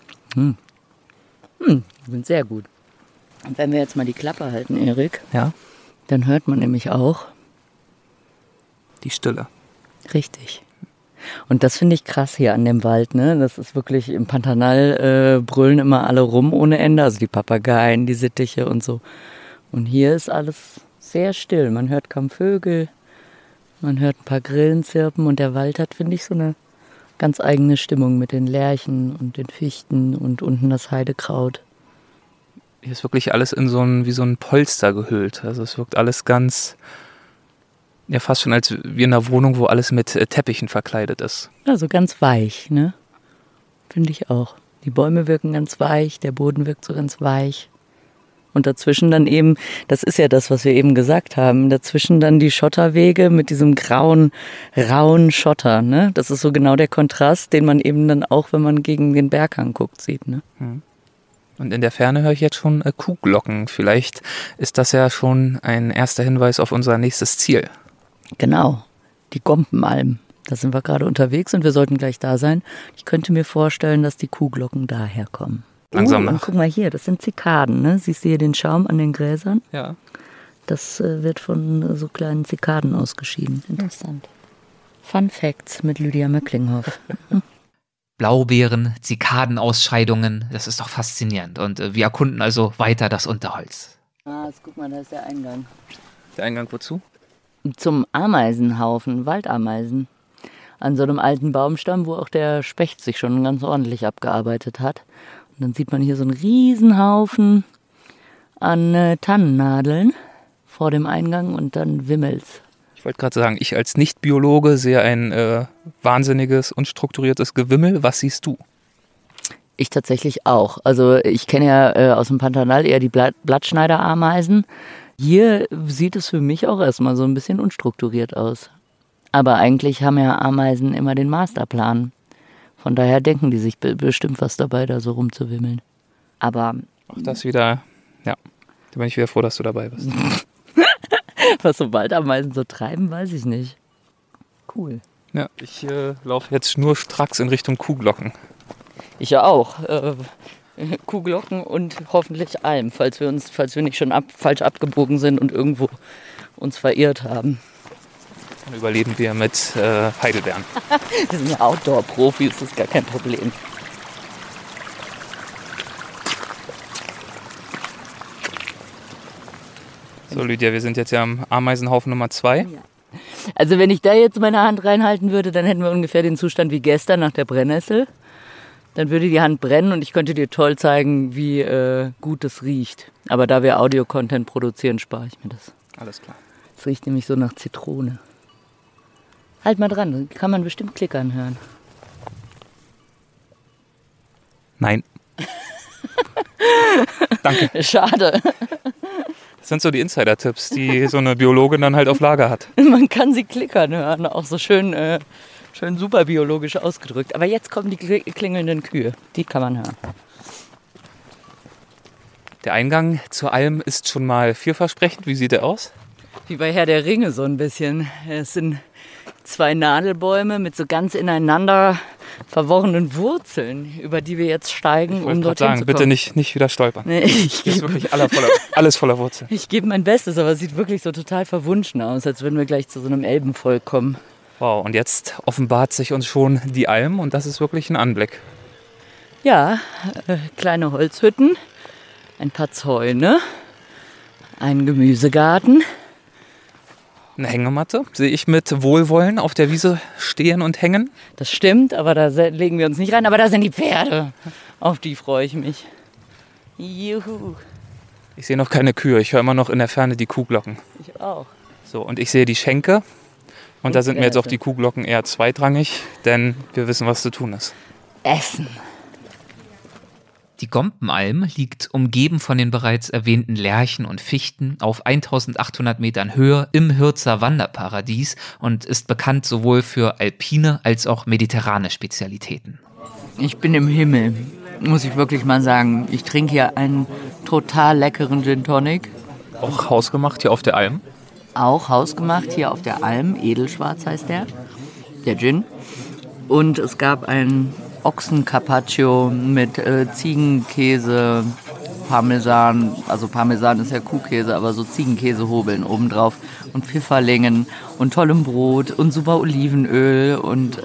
Sind sehr gut. Und wenn wir jetzt mal die Klappe halten, Erik, Ja, dann hört man nämlich auch. die Stille. Richtig. Und das finde ich krass hier an dem Wald, ne? Das ist wirklich, im Pantanal brüllen immer alle rum ohne Ende, also die Papageien, die Sittiche und so. Und hier ist alles sehr still. Man hört kaum Vögel, man hört ein paar Grillen zirpen und der Wald hat, finde ich, so eine ganz eigene Stimmung mit den Lärchen und den Fichten und unten das Heidekraut. Hier ist wirklich alles in wie so ein Polster gehüllt. Also es wirkt alles ganz, ja fast schon als wie in einer Wohnung, wo alles mit Teppichen verkleidet ist. Also ganz weich, ne? Finde ich auch. Die Bäume wirken ganz weich, der Boden wirkt so ganz weich. Und dazwischen dann eben, das ist ja das, was wir eben gesagt haben, dazwischen dann die Schotterwege mit diesem grauen, rauen Schotter. Ne? Das ist so genau der Kontrast, den man eben dann auch, wenn man gegen den Berghang guckt, sieht. Ne? Und in der Ferne höre ich jetzt schon Kuhglocken. Vielleicht ist das ja schon ein erster Hinweis auf unser nächstes Ziel. Genau, die Gompenalm. Da sind wir gerade unterwegs und wir sollten gleich da sein. Ich könnte mir vorstellen, dass die Kuhglocken daher kommen. Langsam nach. Und guck mal hier, das sind Zikaden, ne? Siehst du hier den Schaum an den Gräsern? Ja. Das wird von so kleinen Zikaden ausgeschieden. Interessant. Fun Facts mit Lydia Möcklinghoff. Blaubeeren, Zikadenausscheidungen, das ist doch faszinierend. Und wir erkunden also weiter das Unterholz. Guck mal, da ist der Eingang. Der Eingang wozu? Zum Ameisenhaufen, Waldameisen. An so einem alten Baumstamm, wo auch der Specht sich schon ganz ordentlich abgearbeitet hat. Und dann sieht man hier so einen Riesenhaufen an Tannennadeln vor dem Eingang und dann wimmelt's. Ich wollte gerade sagen, ich als Nicht-Biologe sehe ein wahnsinniges, unstrukturiertes Gewimmel. Was siehst du? Ich tatsächlich auch. Also ich kenne ja aus dem Pantanal eher die Blattschneiderameisen. Hier sieht es für mich auch erstmal so ein bisschen unstrukturiert aus. Aber eigentlich haben ja Ameisen immer den Masterplan. Von daher denken die sich bestimmt was dabei, da so rumzuwimmeln. Aber auch das wieder, ja, da bin ich wieder froh, dass du dabei bist. was so Waldameisen so treiben, weiß ich nicht. Cool. Ja, ich laufe jetzt schnurstracks in Richtung Kuhglocken. Ich ja auch. Kuhglocken und hoffentlich Alm, falls wir nicht schon falsch abgebogen sind und irgendwo uns verirrt haben. Dann überleben wir mit Heidelbeeren. Wir sind ja Outdoor-Profis, das ist gar kein Problem. So Lydia, wir sind jetzt ja am Ameisenhaufen Nummer 2. Ja. Also wenn ich da jetzt meine Hand reinhalten würde, dann hätten wir ungefähr den Zustand wie gestern nach der Brennnessel. Dann würde die Hand brennen und ich könnte dir toll zeigen, wie gut es riecht. Aber da wir Audio-Content produzieren, spare ich mir das. Alles klar. Es riecht nämlich so nach Zitrone. Halt mal dran, kann man bestimmt klickern hören. Nein. Danke. Schade. Das sind so die Insider-Tipps, die so eine Biologin dann halt auf Lager hat. Man kann sie klickern hören, auch so schön super biologisch ausgedrückt. Aber jetzt kommen die klingelnden Kühe, die kann man hören. Der Eingang zur Alm ist schon mal vielversprechend. Wie sieht er aus? Wie bei Herr der Ringe so ein bisschen. Es sind 2 Nadelbäume mit so ganz ineinander verworrenen Wurzeln, über die wir jetzt steigen, um dorthin zu kommen. Bitte nicht wieder stolpern. Nee, Hier ist wirklich alles voller Wurzeln. Ich gebe mein Bestes, aber es sieht wirklich so total verwunschen aus, als würden wir gleich zu so einem Elbenvolk kommen. Wow, und jetzt offenbart sich uns schon die Alm und das ist wirklich ein Anblick. Ja, kleine Holzhütten, ein paar Zäune, ein Gemüsegarten. Eine Hängematte sehe ich mit Wohlwollen auf der Wiese stehen und hängen. Das stimmt, aber da legen wir uns nicht rein. Aber da sind die Pferde. Auf die freue ich mich. Juhu. Ich sehe noch keine Kühe. Ich höre immer noch in der Ferne die Kuhglocken. Ich auch. So, und ich sehe die Schenke. Und da sind mir jetzt auch die Kuhglocken eher zweitrangig, denn wir wissen, was zu tun ist. Essen. Die Gompenalm liegt umgeben von den bereits erwähnten Lärchen und Fichten auf 1800 Metern Höhe im Hürzer Wanderparadies und ist bekannt sowohl für alpine als auch mediterrane Spezialitäten. Ich bin im Himmel, muss ich wirklich mal sagen. Ich trinke hier einen total leckeren Gin Tonic. Auch hausgemacht hier auf der Alm? Auch hausgemacht hier auf der Alm. Edelschwarz heißt der Gin. Und es gab einen Ochsen-Carpaccio mit Ziegenkäse, Parmesan, also Parmesan ist ja Kuhkäse, aber so Ziegenkäsehobeln obendrauf und Pfifferlingen und tollem Brot und super Olivenöl und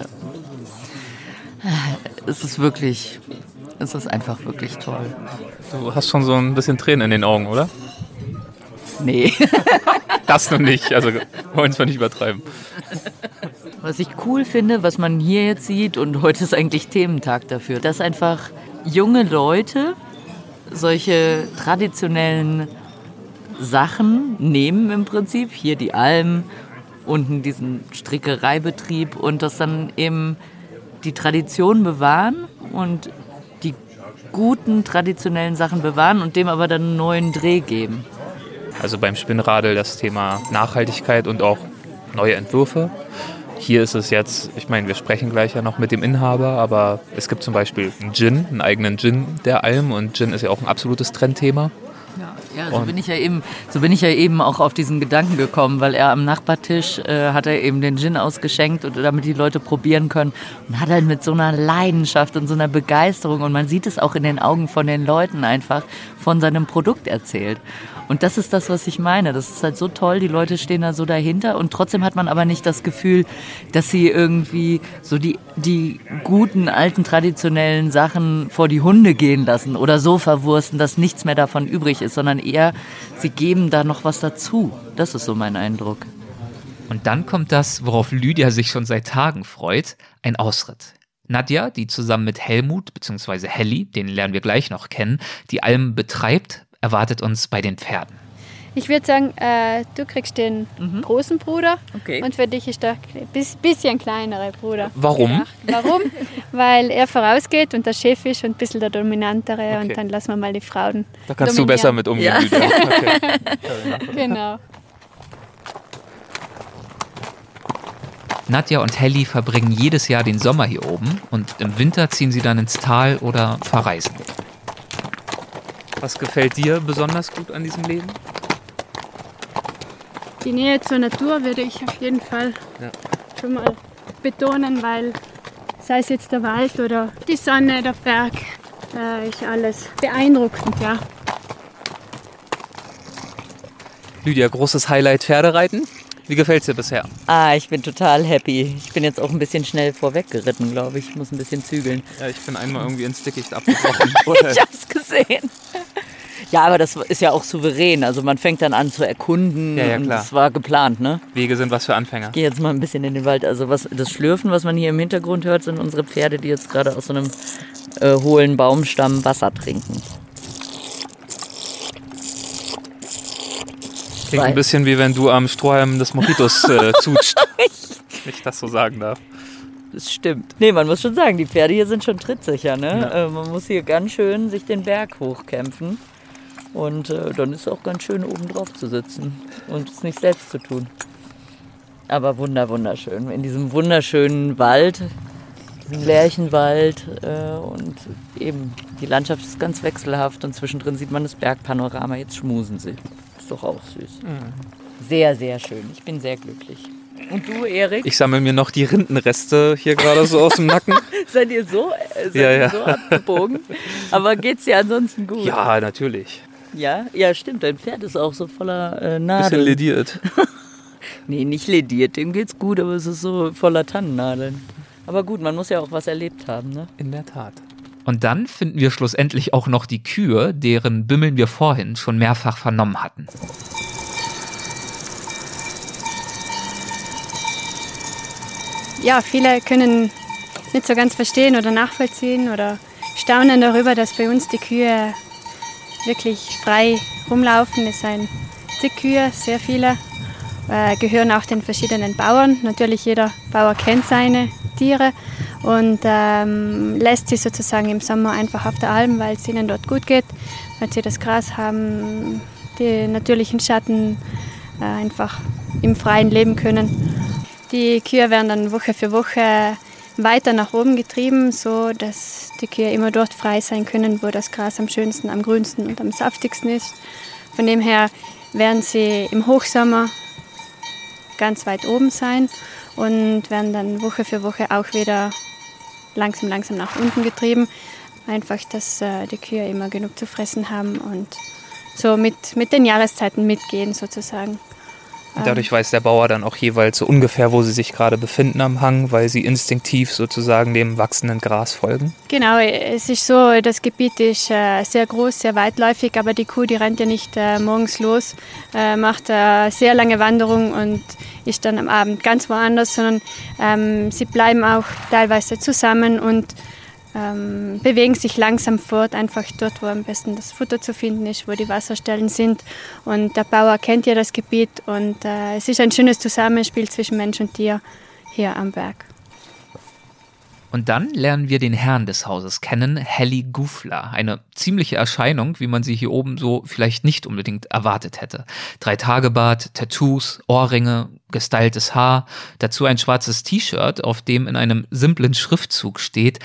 es ist einfach wirklich toll. Du hast schon so ein bisschen Tränen in den Augen, oder? Nee. Das noch nicht, also wollen wir nicht übertreiben. Was ich cool finde, was man hier jetzt sieht, und heute ist eigentlich Thementag dafür, dass einfach junge Leute solche traditionellen Sachen nehmen im Prinzip, hier die Alm, unten diesen Strickereibetrieb und das dann eben die Tradition bewahren und die guten, traditionellen Sachen bewahren und dem aber dann einen neuen Dreh geben. Also beim Spinnradl das Thema Nachhaltigkeit und auch neue Entwürfe. Hier ist es jetzt, ich meine, wir sprechen gleich ja noch mit dem Inhaber, aber es gibt zum Beispiel einen Gin, einen eigenen Gin der Alm, und Gin ist ja auch ein absolutes Trendthema. Ja, so bin ich ja eben auch auf diesen Gedanken gekommen, weil er am Nachbartisch hat er eben den Gin ausgeschenkt, und damit die Leute probieren können, und hat halt mit so einer Leidenschaft und so einer Begeisterung, und man sieht es auch in den Augen von den Leuten einfach, von seinem Produkt erzählt. Und das ist das, was ich meine. Das ist halt so toll, die Leute stehen da so dahinter, und trotzdem hat man aber nicht das Gefühl, dass sie irgendwie so die guten, alten, traditionellen Sachen vor die Hunde gehen lassen oder so verwursten, dass nichts mehr davon übrig ist, sondern eher, sie geben da noch was dazu. Das ist so mein Eindruck. Und dann kommt das, worauf Lydia sich schon seit Tagen freut, ein Ausritt. Nadja, die zusammen mit Helmut bzw. Helly, den lernen wir gleich noch kennen, die Alm betreibt, erwartet uns bei den Pferden. Ich würde sagen, du kriegst den großen Bruder, und für dich ist der bisschen kleinere Bruder. Warum? gedacht. Warum? Weil er vorausgeht und der Chef ist und ein bisschen der Dominantere, und dann lassen wir mal die Frauen Da kannst dominieren. du besser mit umgehen, Ja. Lydia. Okay. Genau. Nadja und Helly verbringen jedes Jahr den Sommer hier oben, und im Winter ziehen sie dann ins Tal oder verreisen. Was gefällt dir besonders gut an diesem Leben? Die Nähe zur Natur würde ich auf jeden Fall schon mal betonen, weil sei es jetzt der Wald oder die Sonne, der Berg, ist alles beeindruckend, ja. Lydia, großes Highlight Pferdereiten. Wie gefällt es dir bisher? Ich bin total happy. Ich bin jetzt auch ein bisschen schnell vorweggeritten, glaube ich. Ich muss ein bisschen zügeln. Ja, ich bin einmal irgendwie ins Dickicht abgebrochen. Ich hab's gesehen. Ja, aber das ist ja auch souverän. Also man fängt dann an zu erkunden. Ja, und klar. das war geplant, ne? Wege sind was für Anfänger. Ich gehe jetzt mal ein bisschen in den Wald. Also das Schlürfen, was man hier im Hintergrund hört, sind unsere Pferde, die jetzt gerade aus so einem hohlen Baumstamm Wasser trinken. Klingt ein bisschen wie wenn du am Strohhalm des Mojitos zutscht. Wenn ich das so sagen darf. Das stimmt. Nee, man muss schon sagen, die Pferde hier sind schon trittsicher, ne? Ja. Man muss hier ganz schön sich den Berg hochkämpfen. Und dann ist es auch ganz schön, oben drauf zu sitzen und es nicht selbst zu tun. Aber wunderschön. In diesem wunderschönen Wald, diesem Lärchenwald, und eben die Landschaft ist ganz wechselhaft, und zwischendrin sieht man das Bergpanorama. Jetzt schmusen sie. Ist doch auch süß. Sehr, sehr schön. Ich bin sehr glücklich. Und du, Erik? Ich sammle mir noch die Rindenreste hier gerade so aus dem Nacken. Seid ihr so abgebogen? Aber geht's dir ansonsten gut? Ja, natürlich. Ja, stimmt. Dein Pferd ist auch so voller Bisschen Nadeln. lediert. Nee, nicht lediert. Dem geht's gut, aber es ist so voller Tannennadeln. Aber gut, man muss ja auch was erlebt haben, ne? In der Tat. Und dann finden wir schlussendlich auch noch die Kühe, deren Bimmeln wir vorhin schon mehrfach vernommen hatten. Ja, viele können nicht so ganz verstehen oder nachvollziehen oder staunen darüber, dass bei uns die Kühe wirklich frei rumlaufen. Es sind zig Kühe, sehr viele, gehören auch den verschiedenen Bauern. Natürlich jeder Bauer kennt seine Tiere und lässt sie sozusagen im Sommer einfach auf der Alm, weil es ihnen dort gut geht, weil sie das Gras haben, die natürlichen Schatten, einfach im Freien leben können. Die Kühe werden dann Woche für Woche weiter nach oben getrieben, so dass die Kühe immer dort frei sein können, wo das Gras am schönsten, am grünsten und am saftigsten ist. Von dem her werden sie im Hochsommer ganz weit oben sein und werden dann Woche für Woche auch wieder langsam nach unten getrieben. Einfach, dass die Kühe immer genug zu fressen haben und so mit den Jahreszeiten mitgehen sozusagen. Dadurch weiß der Bauer dann auch jeweils so ungefähr, wo sie sich gerade befinden am Hang, weil sie instinktiv sozusagen dem wachsenden Gras folgen. Genau, es ist so, das Gebiet ist sehr groß, sehr weitläufig, aber die Kuh, die rennt ja nicht morgens los, macht eine sehr lange Wanderung und ist dann am Abend ganz woanders, sondern sie bleiben auch teilweise zusammen und bewegen sich langsam fort, einfach dort, wo am besten das Futter zu finden ist, wo die Wasserstellen sind. Und der Bauer kennt ja das Gebiet und es ist ein schönes Zusammenspiel zwischen Mensch und Tier hier am Berg. Und dann lernen wir den Herrn des Hauses kennen, Helly Gufler. Eine ziemliche Erscheinung, wie man sie hier oben so vielleicht nicht unbedingt erwartet hätte. 3-Tage-Bart, Tattoos, Ohrringe, gestyltes Haar, dazu ein schwarzes T-Shirt, auf dem in einem simplen Schriftzug steht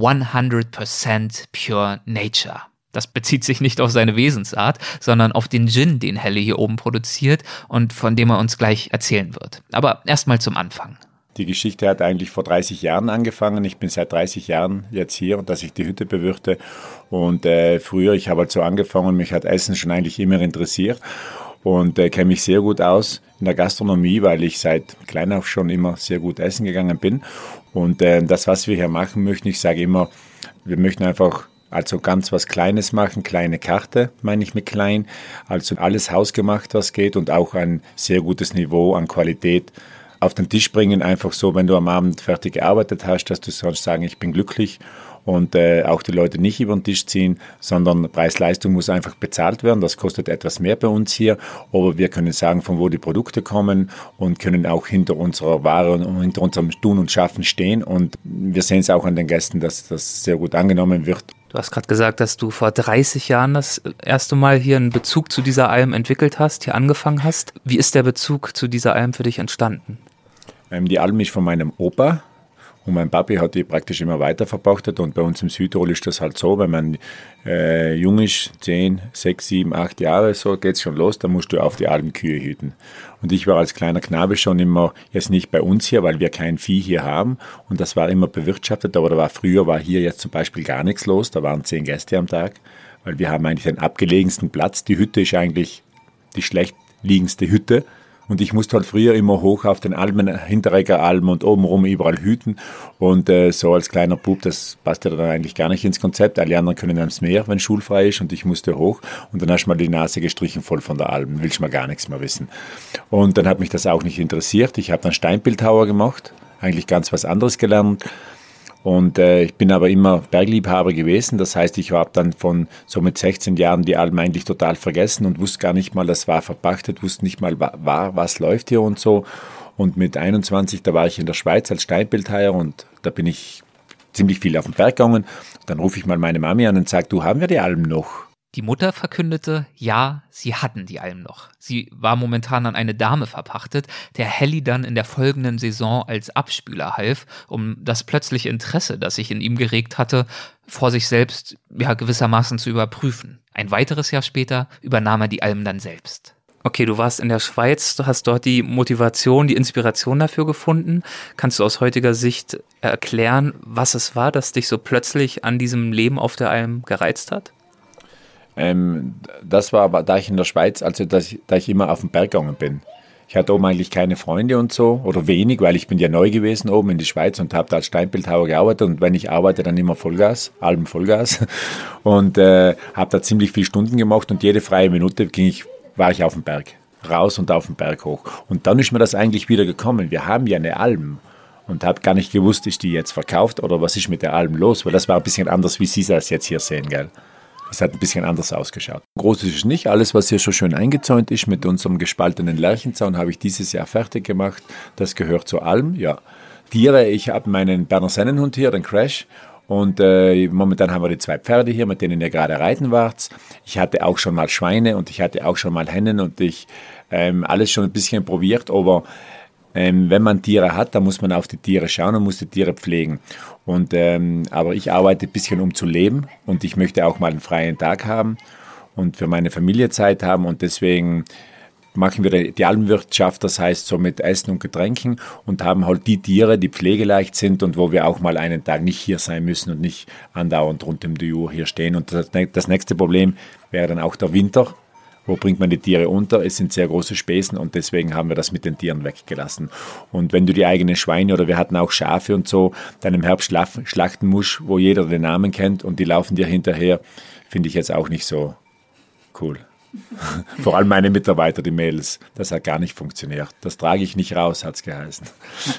100% Pure Nature. Das bezieht sich nicht auf seine Wesensart, sondern auf den Gin, den Helly hier oben produziert und von dem er uns gleich erzählen wird. Aber erstmal zum Anfang. Die Geschichte hat eigentlich vor 30 Jahren angefangen. Ich bin seit 30 Jahren jetzt hier, dass ich die Hütte bewirte. Und früher, ich habe halt so angefangen, mich hat Essen schon eigentlich immer interessiert und kenne mich sehr gut aus in der Gastronomie, weil ich seit klein auf schon immer sehr gut essen gegangen bin. Und das, was wir hier machen möchten, ich sage immer, wir möchten einfach also ganz was Kleines machen, kleine Karte, meine ich mit klein. Also alles hausgemacht, was geht und auch ein sehr gutes Niveau an Qualität auf den Tisch bringen, einfach so, wenn du am Abend fertig gearbeitet hast, dass du sonst sagen, ich bin glücklich und auch die Leute nicht über den Tisch ziehen, sondern Preis-Leistung muss einfach bezahlt werden. Das kostet etwas mehr bei uns hier, aber wir können sagen, von wo die Produkte kommen und können auch hinter unserer Ware und hinter unserem Tun und Schaffen stehen und wir sehen es auch an den Gästen, dass das sehr gut angenommen wird. Du hast gerade gesagt, dass du vor 30 Jahren das erste Mal hier einen Bezug zu dieser Alm entwickelt hast, hier angefangen hast. Wie ist der Bezug zu dieser Alm für dich entstanden? Die Alm ist von meinem Opa und mein Papi hat die praktisch immer weiter verpachtet und bei uns im Südtirol ist das halt so, wenn man jung ist, 10, 6, 7, 8 Jahre, so geht es schon los, dann musst du auf die Alm Kühe hüten. Und ich war als kleiner Knabe schon immer, jetzt nicht bei uns hier, weil wir kein Vieh hier haben und das war immer bewirtschaftet, aber früher war hier jetzt zum Beispiel gar nichts los, da waren 10 Gäste am Tag, weil wir haben eigentlich den abgelegensten Platz, die Hütte ist eigentlich die schlecht liegendste Hütte. Und ich musste halt früher immer hoch auf den Almen, Hinteregger Alm und obenrum überall hüten. Und so als kleiner Bub, das passte dann eigentlich gar nicht ins Konzept. Alle anderen können ans Meer, wenn schulfrei ist und ich musste hoch. Und dann hast du mal die Nase gestrichen voll von der Alm, willst mal gar nichts mehr wissen. Und dann hat mich das auch nicht interessiert. Ich habe dann Steinbildhauer gemacht, eigentlich ganz was anderes gelernt. Und ich bin aber immer Bergliebhaber gewesen. Das heißt, ich habe dann so mit 16 Jahren die Alm eigentlich total vergessen und wusste gar nicht mal, das war verpachtet, wusste nicht mal, was läuft hier und so. Und mit 21, da war ich in der Schweiz als Steinbildhauer und da bin ich ziemlich viel auf den Berg gegangen. Dann rufe ich mal meine Mami an und sage, du, haben wir die Alm noch? Die Mutter verkündete, ja, sie hatten die Alm noch. Sie war momentan an eine Dame verpachtet, der Helly dann in der folgenden Saison als Abspüler half, um das plötzliche Interesse, das sich in ihm geregt hatte, vor sich selbst gewissermaßen zu überprüfen. Ein weiteres Jahr später übernahm er die Alm dann selbst. Okay, du warst in der Schweiz, du hast dort die Motivation, die Inspiration dafür gefunden. Kannst du aus heutiger Sicht erklären, was es war, das dich so plötzlich an diesem Leben auf der Alm gereizt hat? Das war, da ich in der Schweiz, also da ich immer auf den Berg gegangen bin. Ich hatte oben eigentlich keine Freunde und so, oder wenig, weil ich bin ja neu gewesen oben in die Schweiz und habe da als Steinbildhauer gearbeitet und wenn ich arbeite, dann immer Vollgas, Alben Vollgas und habe da ziemlich viele Stunden gemacht und jede freie Minute war ich auf dem Berg, raus und auf den Berg hoch. Und dann ist mir das eigentlich wieder gekommen, wir haben ja eine Alm. Und habe gar nicht gewusst, ist die jetzt verkauft oder was ist mit der Alm los, weil das war ein bisschen anders, wie Sie das jetzt hier sehen, gell? Das hat ein bisschen anders ausgeschaut. Groß ist es nicht. Alles, was hier so schön eingezäunt ist mit unserem gespaltenen Lärchenzaun, habe ich dieses Jahr fertig gemacht. Das gehört zur Alm, ja. Tiere, ich habe meinen Berner Sennenhund hier, den Crash. Und momentan haben wir die 2 Pferde hier, mit denen ihr gerade reiten wart. Ich hatte auch schon mal Schweine und ich hatte auch schon mal Hennen und ich alles schon ein bisschen probiert, aber wenn man Tiere hat, dann muss man auf die Tiere schauen und muss die Tiere pflegen. Und, aber ich arbeite ein bisschen, um zu leben und ich möchte auch mal einen freien Tag haben und für meine Familie Zeit haben und deswegen machen wir die Almwirtschaft, das heißt so mit Essen und Getränken und haben halt die Tiere, die pflegeleicht sind und wo wir auch mal einen Tag nicht hier sein müssen und nicht andauernd rund um die Uhr hier stehen. Und das nächste Problem wäre dann auch der Winter. Wo bringt man die Tiere unter? Es sind sehr große Späßen und deswegen haben wir das mit den Tieren weggelassen. Und wenn du die eigenen Schweine oder wir hatten auch Schafe und so, dann im Herbst schlachten musst, wo jeder den Namen kennt und die laufen dir hinterher, finde ich jetzt auch nicht so cool. Vor allem meine Mitarbeiter, die Mädels, das hat gar nicht funktioniert. Das trage ich nicht raus, hat es geheißen.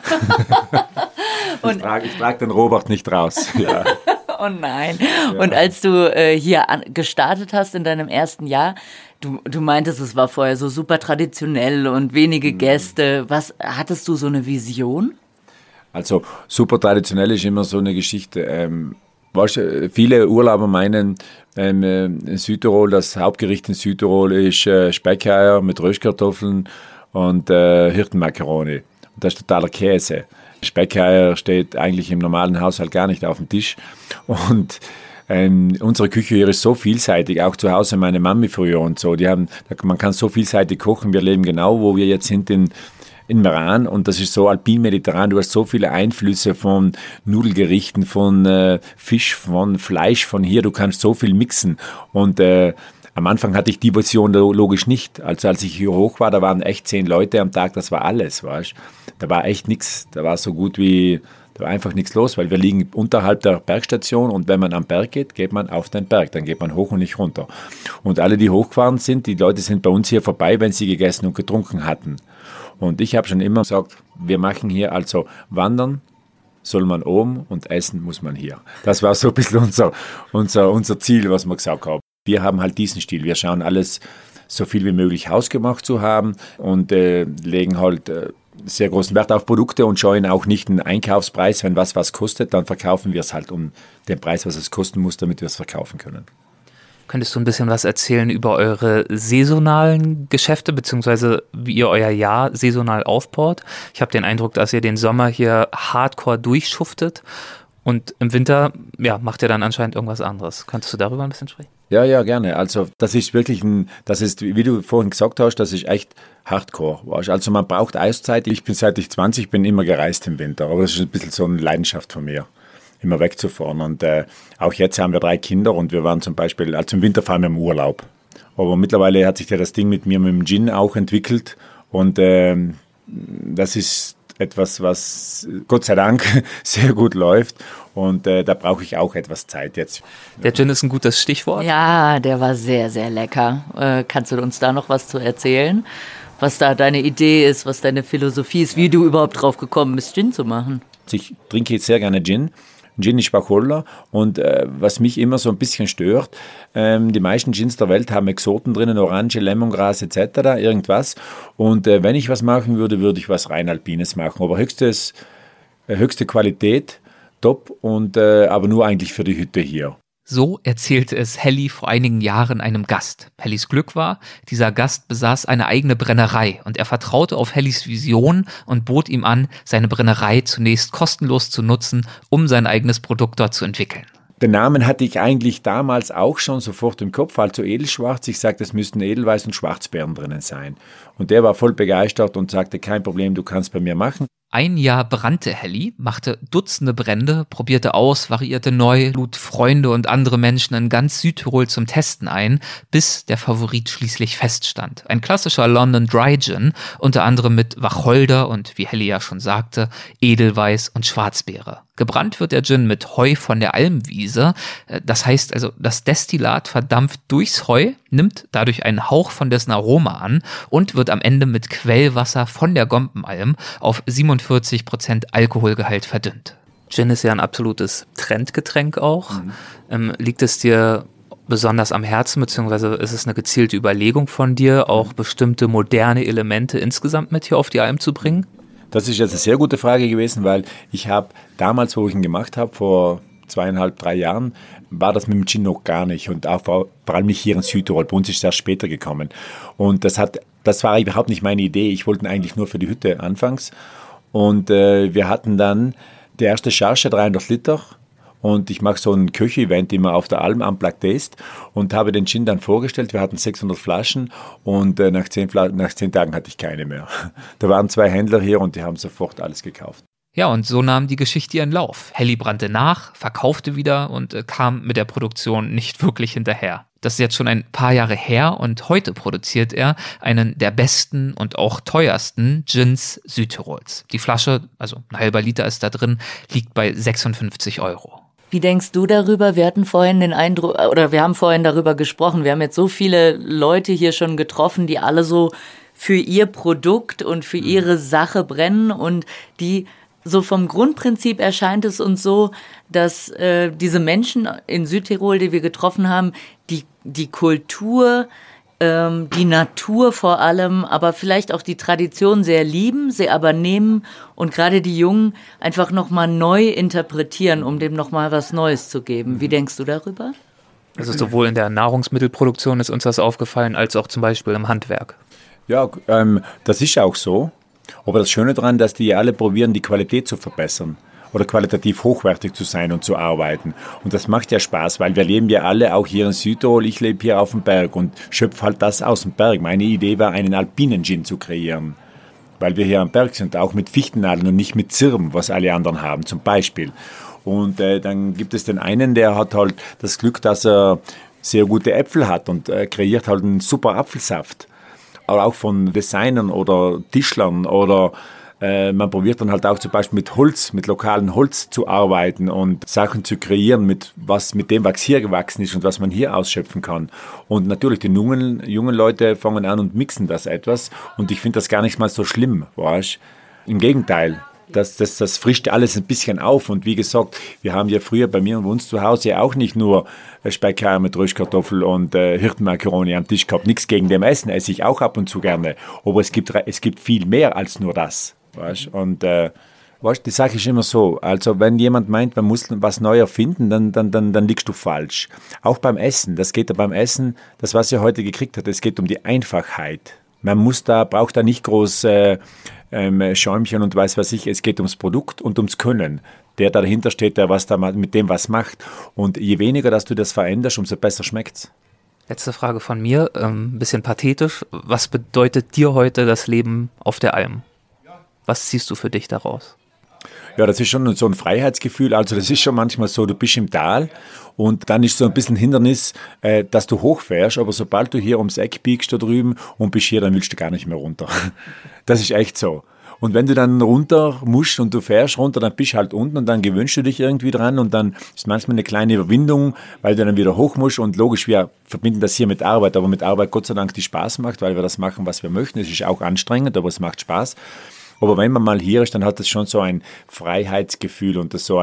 Ich trage den Robert nicht raus. Ja. Oh nein. Ja. Und als du hier gestartet hast in deinem ersten Jahr, du meintest, es war vorher so super traditionell und wenige Gäste. Was hattest du so eine Vision? Also super traditionell ist immer so eine Geschichte. Viele Urlauber meinen, in Südtirol, das Hauptgericht in Südtirol ist Speckeier mit Röstkartoffeln und Hirtenmakaroni. Das ist totaler Käse. Speckeier steht eigentlich im normalen Haushalt gar nicht auf dem Tisch. Und unsere Küche hier ist so vielseitig, auch zu Hause meine Mami früher und so. Man kann so vielseitig kochen. Wir leben genau, wo wir jetzt sind, in Meran, und das ist so alpin-mediterran. Du hast so viele Einflüsse von Nudelgerichten, von Fisch, von Fleisch, von hier. Du kannst so viel mixen. Und am Anfang hatte ich die Vision logisch nicht. Also als ich hier hoch war, da waren echt 10 Leute am Tag. Das war alles, weißt? Da war echt nichts. Da war einfach nichts los, weil wir liegen unterhalb der Bergstation, und wenn man am Berg geht, geht man auf den Berg, dann geht man hoch und nicht runter. Und alle, die hochgefahren sind, die Leute sind bei uns hier vorbei, wenn sie gegessen und getrunken hatten. Und ich habe schon immer gesagt, wir machen hier also Wandern soll man oben und essen muss man hier. Das war so ein bisschen unser Ziel, was wir gesagt haben. Wir haben halt diesen Stil, wir schauen alles so viel wie möglich hausgemacht zu haben und legen halt sehr großen Wert auf Produkte und scheuen auch nicht einen Einkaufspreis. Wenn was kostet, dann verkaufen wir es halt um den Preis, was es kosten muss, damit wir es verkaufen können. Könntest du ein bisschen was erzählen über eure saisonalen Geschäfte, beziehungsweise wie ihr euer Jahr saisonal aufbaut? Ich habe den Eindruck, dass ihr den Sommer hier hardcore durchschuftet und im Winter macht ihr dann anscheinend irgendwas anderes. Könntest du darüber ein bisschen sprechen? Ja, gerne. Also das ist wirklich wie du vorhin gesagt hast, das ist echt Hardcore. Also man braucht Eiszeit. Seit ich 20 bin, immer gereist im Winter, aber das ist ein bisschen so eine Leidenschaft von mir, immer wegzufahren. Und auch jetzt haben wir 3 Kinder und wir waren zum Beispiel, im Winter fahren wir im Urlaub. Aber mittlerweile hat sich ja das Ding mit dem Gin auch entwickelt und das ist etwas, was Gott sei Dank sehr gut läuft, und da brauche ich auch etwas Zeit jetzt. Der Gin ist ein gutes Stichwort. Ja, der war sehr, sehr lecker. Kannst du uns da noch was zu erzählen? Was da deine Idee ist, was deine Philosophie ist, wie du überhaupt drauf gekommen bist, Gin zu machen? Ich trinke jetzt sehr gerne Gin. Gin ist Wacholder, und was mich immer so ein bisschen stört, die meisten Gins der Welt haben Exoten drinnen, Orange, Lemongras etc., irgendwas. Und wenn ich was machen würde, würde ich was rein Alpines machen. Aber höchste Qualität, top, und aber nur eigentlich für die Hütte hier. So erzählte es Helly vor einigen Jahren einem Gast. Hellys Glück war, dieser Gast besaß eine eigene Brennerei und er vertraute auf Hellys Vision und bot ihm an, seine Brennerei zunächst kostenlos zu nutzen, um sein eigenes Produkt dort zu entwickeln. Den Namen hatte ich eigentlich damals auch schon sofort im Kopf, also Edelschwarz. Ich sagte, es müssten Edelweiß und Schwarzbeeren drinnen sein. Und der war voll begeistert und sagte, kein Problem, du kannst bei mir machen. Ein Jahr brannte Helly, machte Dutzende Brände, probierte aus, variierte neu, lud Freunde und andere Menschen in ganz Südtirol zum Testen ein, bis der Favorit schließlich feststand. Ein klassischer London Dry Gin, unter anderem mit Wacholder und, wie Helly ja schon sagte, Edelweiß und Schwarzbeere. Gebrannt wird der Gin mit Heu von der Almwiese. Das heißt also, das Destillat verdampft durchs Heu, nimmt dadurch einen Hauch von dessen Aroma an und wird am Ende mit Quellwasser von der Gompenalm auf 47% Alkoholgehalt verdünnt. Gin ist ja ein absolutes Trendgetränk auch. Liegt es dir besonders am Herzen, beziehungsweise ist es eine gezielte Überlegung von dir, auch bestimmte moderne Elemente insgesamt mit hier auf die Alm zu bringen? Das ist jetzt eine sehr gute Frage gewesen, weil ich habe damals, wo ich ihn gemacht habe, vor 2,5, 3 Jahren, war das mit dem Gin noch gar nicht, und auch vor allem nicht hier in Südtirol. Bei uns ist es erst später gekommen. Und das war überhaupt nicht meine Idee. Ich wollte ihn eigentlich nur für die Hütte anfangs. Und wir hatten dann die erste Charge, 300 Liter. Und ich mache so ein Köche-Event immer auf der Alm am Black Taste und habe den Gin dann vorgestellt. Wir hatten 600 Flaschen und nach 10 Tagen hatte ich keine mehr. Da waren 2 Händler hier und die haben sofort alles gekauft. Ja, und so nahm die Geschichte ihren Lauf. Helly brannte nach, verkaufte wieder und kam mit der Produktion nicht wirklich hinterher. Das ist jetzt schon ein paar Jahre her und heute produziert er einen der besten und auch teuersten Gins Südtirols. Die Flasche, also ein halber Liter ist da drin, liegt bei 56 €. Wie denkst du darüber? Wir hatten vorhin den Eindruck, oder wir haben vorhin darüber gesprochen, wir haben jetzt so viele Leute hier schon getroffen, die alle so für ihr Produkt und für ihre Sache brennen, und die so vom Grundprinzip erscheint es uns so, dass diese Menschen in Südtirol, die wir getroffen haben, die Kultur die Natur vor allem, aber vielleicht auch die Tradition sehr lieben, sie aber nehmen und gerade die Jungen einfach nochmal neu interpretieren, um dem nochmal was Neues zu geben. Wie denkst du darüber? Also sowohl in der Nahrungsmittelproduktion ist uns das aufgefallen, als auch zum Beispiel im Handwerk. Ja, das ist auch so. Aber das Schöne daran, dass die alle probieren, die Qualität zu verbessern oder qualitativ hochwertig zu sein und zu arbeiten. Und das macht ja Spaß, weil wir leben ja alle auch hier in Südtirol. Ich lebe hier auf dem Berg und schöpfe halt das aus dem Berg. Meine Idee war, einen alpinen Gin zu kreieren, weil wir hier am Berg sind, auch mit Fichtennadeln und nicht mit Zirben, was alle anderen haben, zum Beispiel. Und dann gibt es den einen, der hat halt das Glück, dass er sehr gute Äpfel hat und kreiert halt einen super Apfelsaft. Aber auch von Designern oder Tischlern oder man probiert dann halt auch zum Beispiel mit Holz, mit lokalem Holz zu arbeiten und Sachen zu kreieren mit dem, was hier gewachsen ist und was man hier ausschöpfen kann. Und natürlich die jungen Leute fangen an und mixen das etwas und ich finde das gar nicht mal so schlimm, weißt? Im Gegenteil. Das frischt alles ein bisschen auf und wie gesagt, wir haben ja früher bei mir und uns zu Hause auch nicht nur Speckeier mit Röstkartoffel und Hirtenmakaroni am Tisch gehabt. Nichts gegen dem Essen, esse ich auch ab und zu gerne, aber es gibt viel mehr als nur das. Weißt? Und die Sache ist immer so, also wenn jemand meint, man muss was neu erfinden, dann liegst du falsch. Auch beim Essen, das geht ja beim Essen, das was ihr heute gekriegt habt, es geht um die Einfachheit. Man braucht da nicht groß Schäumchen und weiß was ich, es geht ums Produkt und ums Können. Der dahinter steht, der was da mit dem was macht. Und je weniger, dass du das veränderst, umso besser schmeckt's. Letzte Frage von mir, ein bisschen pathetisch. Was bedeutet dir heute das Leben auf der Alm? Was ziehst du für dich daraus? Ja, das ist schon so ein Freiheitsgefühl. Also das ist schon manchmal so, du bist im Tal und dann ist so ein bisschen ein Hindernis, dass du hochfährst. Aber sobald du hier ums Eck biegst da drüben und bist hier, dann willst du gar nicht mehr runter. Das ist echt so. Und wenn du dann runter musst und du fährst runter, dann bist du halt unten und dann gewöhnst du dich irgendwie dran und dann ist manchmal eine kleine Überwindung, weil du dann wieder hoch musst und logisch, wir verbinden das hier mit Arbeit, aber mit Arbeit Gott sei Dank, die Spaß macht, weil wir das machen, was wir möchten. Es ist auch anstrengend, aber es macht Spaß. Aber wenn man mal hier ist, dann hat das schon so ein Freiheitsgefühl und das so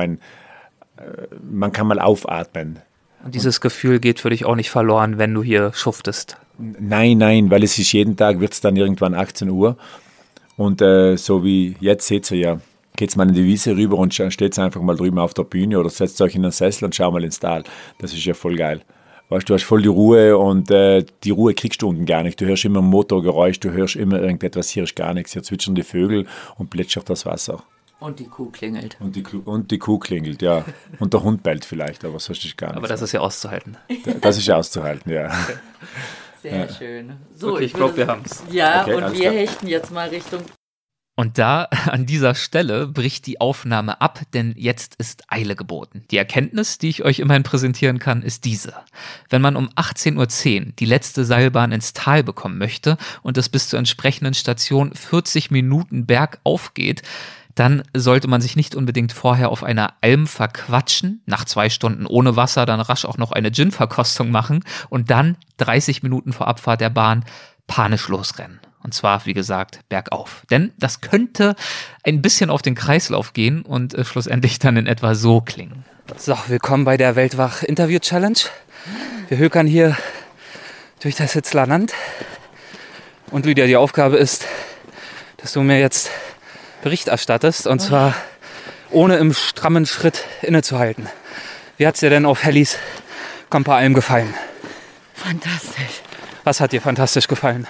man kann mal aufatmen. Und dieses Gefühl geht für dich auch nicht verloren, wenn du hier schuftest? Nein, weil es ist jeden Tag, wird es dann irgendwann 18 Uhr und so wie jetzt seht ihr ja, geht's mal in die Wiese rüber und steht einfach mal drüben auf der Bühne oder setzt euch in den Sessel und schau mal ins Tal. Das ist ja voll geil. Weißt, du hast voll die Ruhe und die Ruhe kriegst du unten gar nicht. Du hörst immer ein Motorgeräusch, du hörst immer irgendetwas, hier ist gar nichts. Hier zwitschern die Vögel und plätschert das Wasser. Und die Kuh klingelt. Und die Kuh klingelt, ja. Und der Hund bellt vielleicht, aber sonst ist gar nichts. Aber das ist ja auszuhalten. Das ist ja auszuhalten, ja. Sehr schön. So, okay, ich glaube, wir haben es. Ja, okay, und wir hechten jetzt mal Richtung... Und da, an dieser Stelle, bricht die Aufnahme ab, denn jetzt ist Eile geboten. Die Erkenntnis, die ich euch immerhin präsentieren kann, ist diese. Wenn man um 18:10 Uhr die letzte Seilbahn ins Tal bekommen möchte und es bis zur entsprechenden Station 40 Minuten bergauf geht, dann sollte man sich nicht unbedingt vorher auf einer Alm verquatschen, nach 2 Stunden ohne Wasser dann rasch auch noch eine Gin-Verkostung machen und dann 30 Minuten vor Abfahrt der Bahn panisch losrennen. Und zwar, wie gesagt, bergauf. Denn das könnte ein bisschen auf den Kreislauf gehen und schlussendlich dann in etwa so klingen. So, willkommen bei der Weltwach-Interview-Challenge. Wir hökern hier durch das Hitzler Land. Und Lydia, die Aufgabe ist, dass du mir jetzt Bericht erstattest. Und zwar ohne im strammen Schritt innezuhalten. Wie hat's dir denn auf Hellis Kompa-Alm gefallen? Fantastisch. Was hat dir fantastisch gefallen?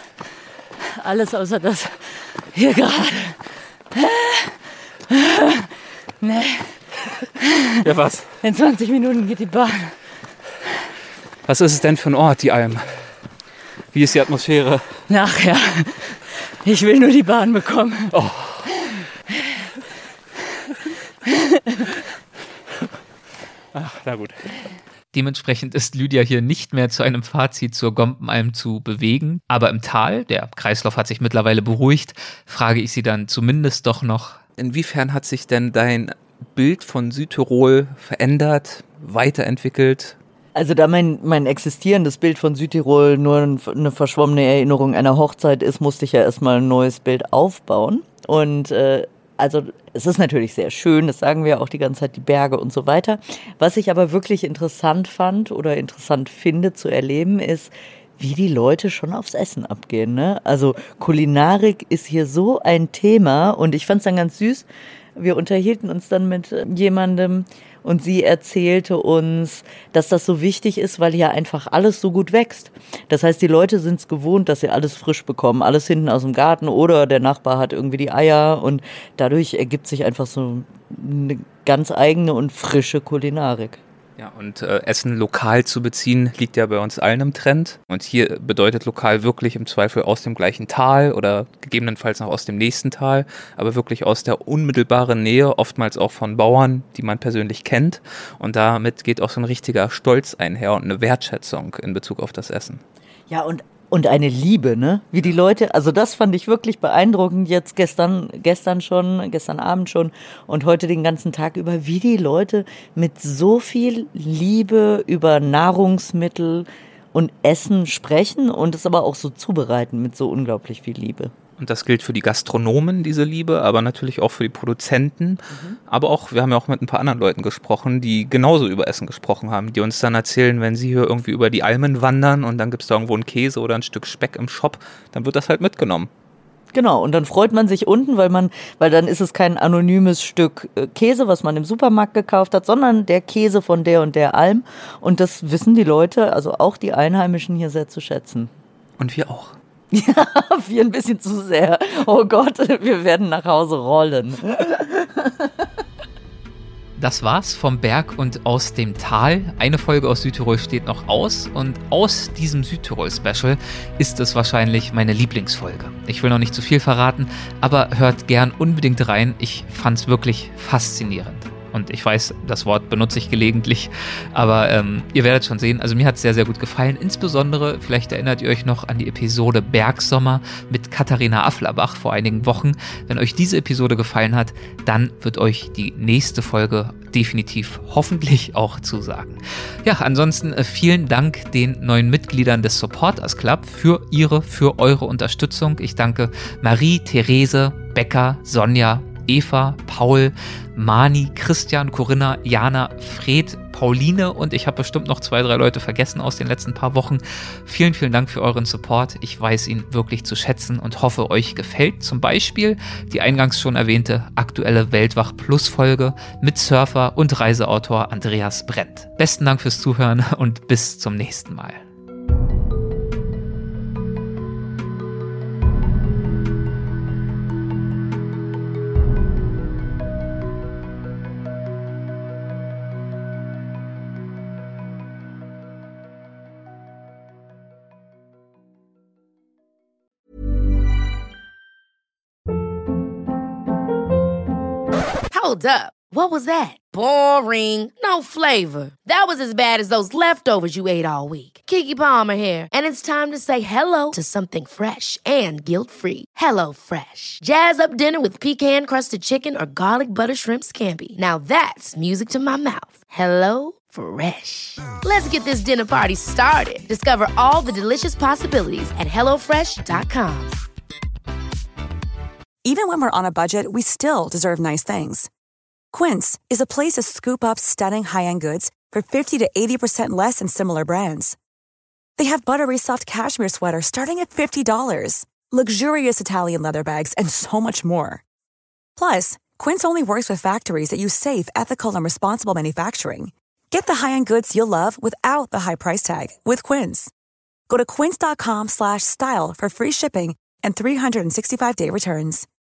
Alles außer das hier gerade. Nee. Ja, was? In 20 Minuten geht die Bahn. Was ist es denn für ein Ort, die Alm? Wie ist die Atmosphäre? Nachher. Ich will nur die Bahn bekommen. Oh. Ach, na gut. Dementsprechend ist Lydia hier nicht mehr zu einem Fazit zur Gompenalm zu bewegen. Aber im Tal, der Kreislauf hat sich mittlerweile beruhigt, frage ich sie dann zumindest doch noch. Inwiefern hat sich denn dein Bild von Südtirol verändert, weiterentwickelt? Also da mein existierendes Bild von Südtirol nur eine verschwommene Erinnerung einer Hochzeit ist, musste ich ja erstmal ein neues Bild aufbauen. Und also es ist natürlich sehr schön, das sagen wir auch die ganze Zeit, die Berge und so weiter. Was ich aber wirklich interessant fand oder interessant finde zu erleben, ist, wie die Leute schon aufs Essen abgehen, ne? Also Kulinarik ist hier so ein Thema und ich fand es dann ganz süß. Wir unterhielten uns dann mit jemandem und sie erzählte uns, dass das so wichtig ist, weil hier einfach alles so gut wächst. Das heißt, die Leute sind es gewohnt, dass sie alles frisch bekommen, alles hinten aus dem Garten oder der Nachbar hat irgendwie die Eier und dadurch ergibt sich einfach so eine ganz eigene und frische Kulinarik. Ja, und Essen lokal zu beziehen, liegt ja bei uns allen im Trend. Und hier bedeutet lokal wirklich im Zweifel aus dem gleichen Tal oder gegebenenfalls noch aus dem nächsten Tal, aber wirklich aus der unmittelbaren Nähe, oftmals auch von Bauern, die man persönlich kennt. Und damit geht auch so ein richtiger Stolz einher und eine Wertschätzung in Bezug auf das Essen. Ja, und eine Liebe, ne? Wie die Leute, also das fand ich wirklich beeindruckend jetzt gestern Abend schon und heute den ganzen Tag über, wie die Leute mit so viel Liebe über Nahrungsmittel und Essen sprechen und es aber auch so zubereiten mit so unglaublich viel Liebe. Und das gilt für die Gastronomen, diese Liebe, aber natürlich auch für die Produzenten. Aber auch, wir haben ja auch mit ein paar anderen Leuten gesprochen, die genauso über Essen gesprochen haben, die uns dann erzählen, wenn sie hier irgendwie über die Almen wandern und dann gibt es da irgendwo einen Käse oder ein Stück Speck im Shop, dann wird das halt mitgenommen. Genau, und dann freut man sich unten, weil dann ist es kein anonymes Stück Käse, was man im Supermarkt gekauft hat, sondern der Käse von der und der Alm. Und das wissen die Leute, also auch die Einheimischen hier sehr zu schätzen. Und wir auch. Ja, wir ein bisschen zu sehr. Oh Gott, wir werden nach Hause rollen. Das war's vom Berg und aus dem Tal. Eine Folge aus Südtirol steht noch aus und aus diesem Südtirol-Special ist es wahrscheinlich meine Lieblingsfolge. Ich will noch nicht zu viel verraten, aber hört gern unbedingt rein. Ich fand's wirklich faszinierend. Und ich weiß, das Wort benutze ich gelegentlich, aber ihr werdet schon sehen, also mir hat es sehr, sehr gut gefallen. Insbesondere, vielleicht erinnert ihr euch noch an die Episode Bergsommer mit Katharina Afflerbach vor einigen Wochen. Wenn euch diese Episode gefallen hat, dann wird euch die nächste Folge definitiv hoffentlich auch zusagen. Ja, ansonsten vielen Dank den neuen Mitgliedern des Supporters Club für eure Unterstützung. Ich danke Marie, Therese, Becca, Sonja, Eva, Paul, Mani, Christian, Corinna, Jana, Fred, Pauline und ich habe bestimmt noch 2, 3 Leute vergessen aus den letzten paar Wochen. Vielen, vielen Dank für euren Support. Ich weiß ihn wirklich zu schätzen und hoffe, euch gefällt zum Beispiel die eingangs schon erwähnte aktuelle Weltwach Plus Folge mit Surfer und Reiseautor Andreas Brent. Besten Dank fürs Zuhören und bis zum nächsten Mal. Hold up. What was that? Boring. No flavor. That was as bad as those leftovers you ate all week. Keke Palmer here. And it's time to say hello to something fresh and guilt-free. HelloFresh. Jazz up dinner with pecan-crusted chicken or garlic butter shrimp scampi. Now that's music to my mouth. HelloFresh. Let's get this dinner party started. Discover all the delicious possibilities at HelloFresh.com. Even when we're on a budget, we still deserve nice things. Quince is a place to scoop up stunning high-end goods for 50 to 80% less than similar brands. They have buttery soft cashmere sweaters starting at $50, luxurious Italian leather bags, and so much more. Plus, Quince only works with factories that use safe, ethical, and responsible manufacturing. Get the high-end goods you'll love without the high price tag with Quince. Go to quince.com/style for free shipping and 365-day returns.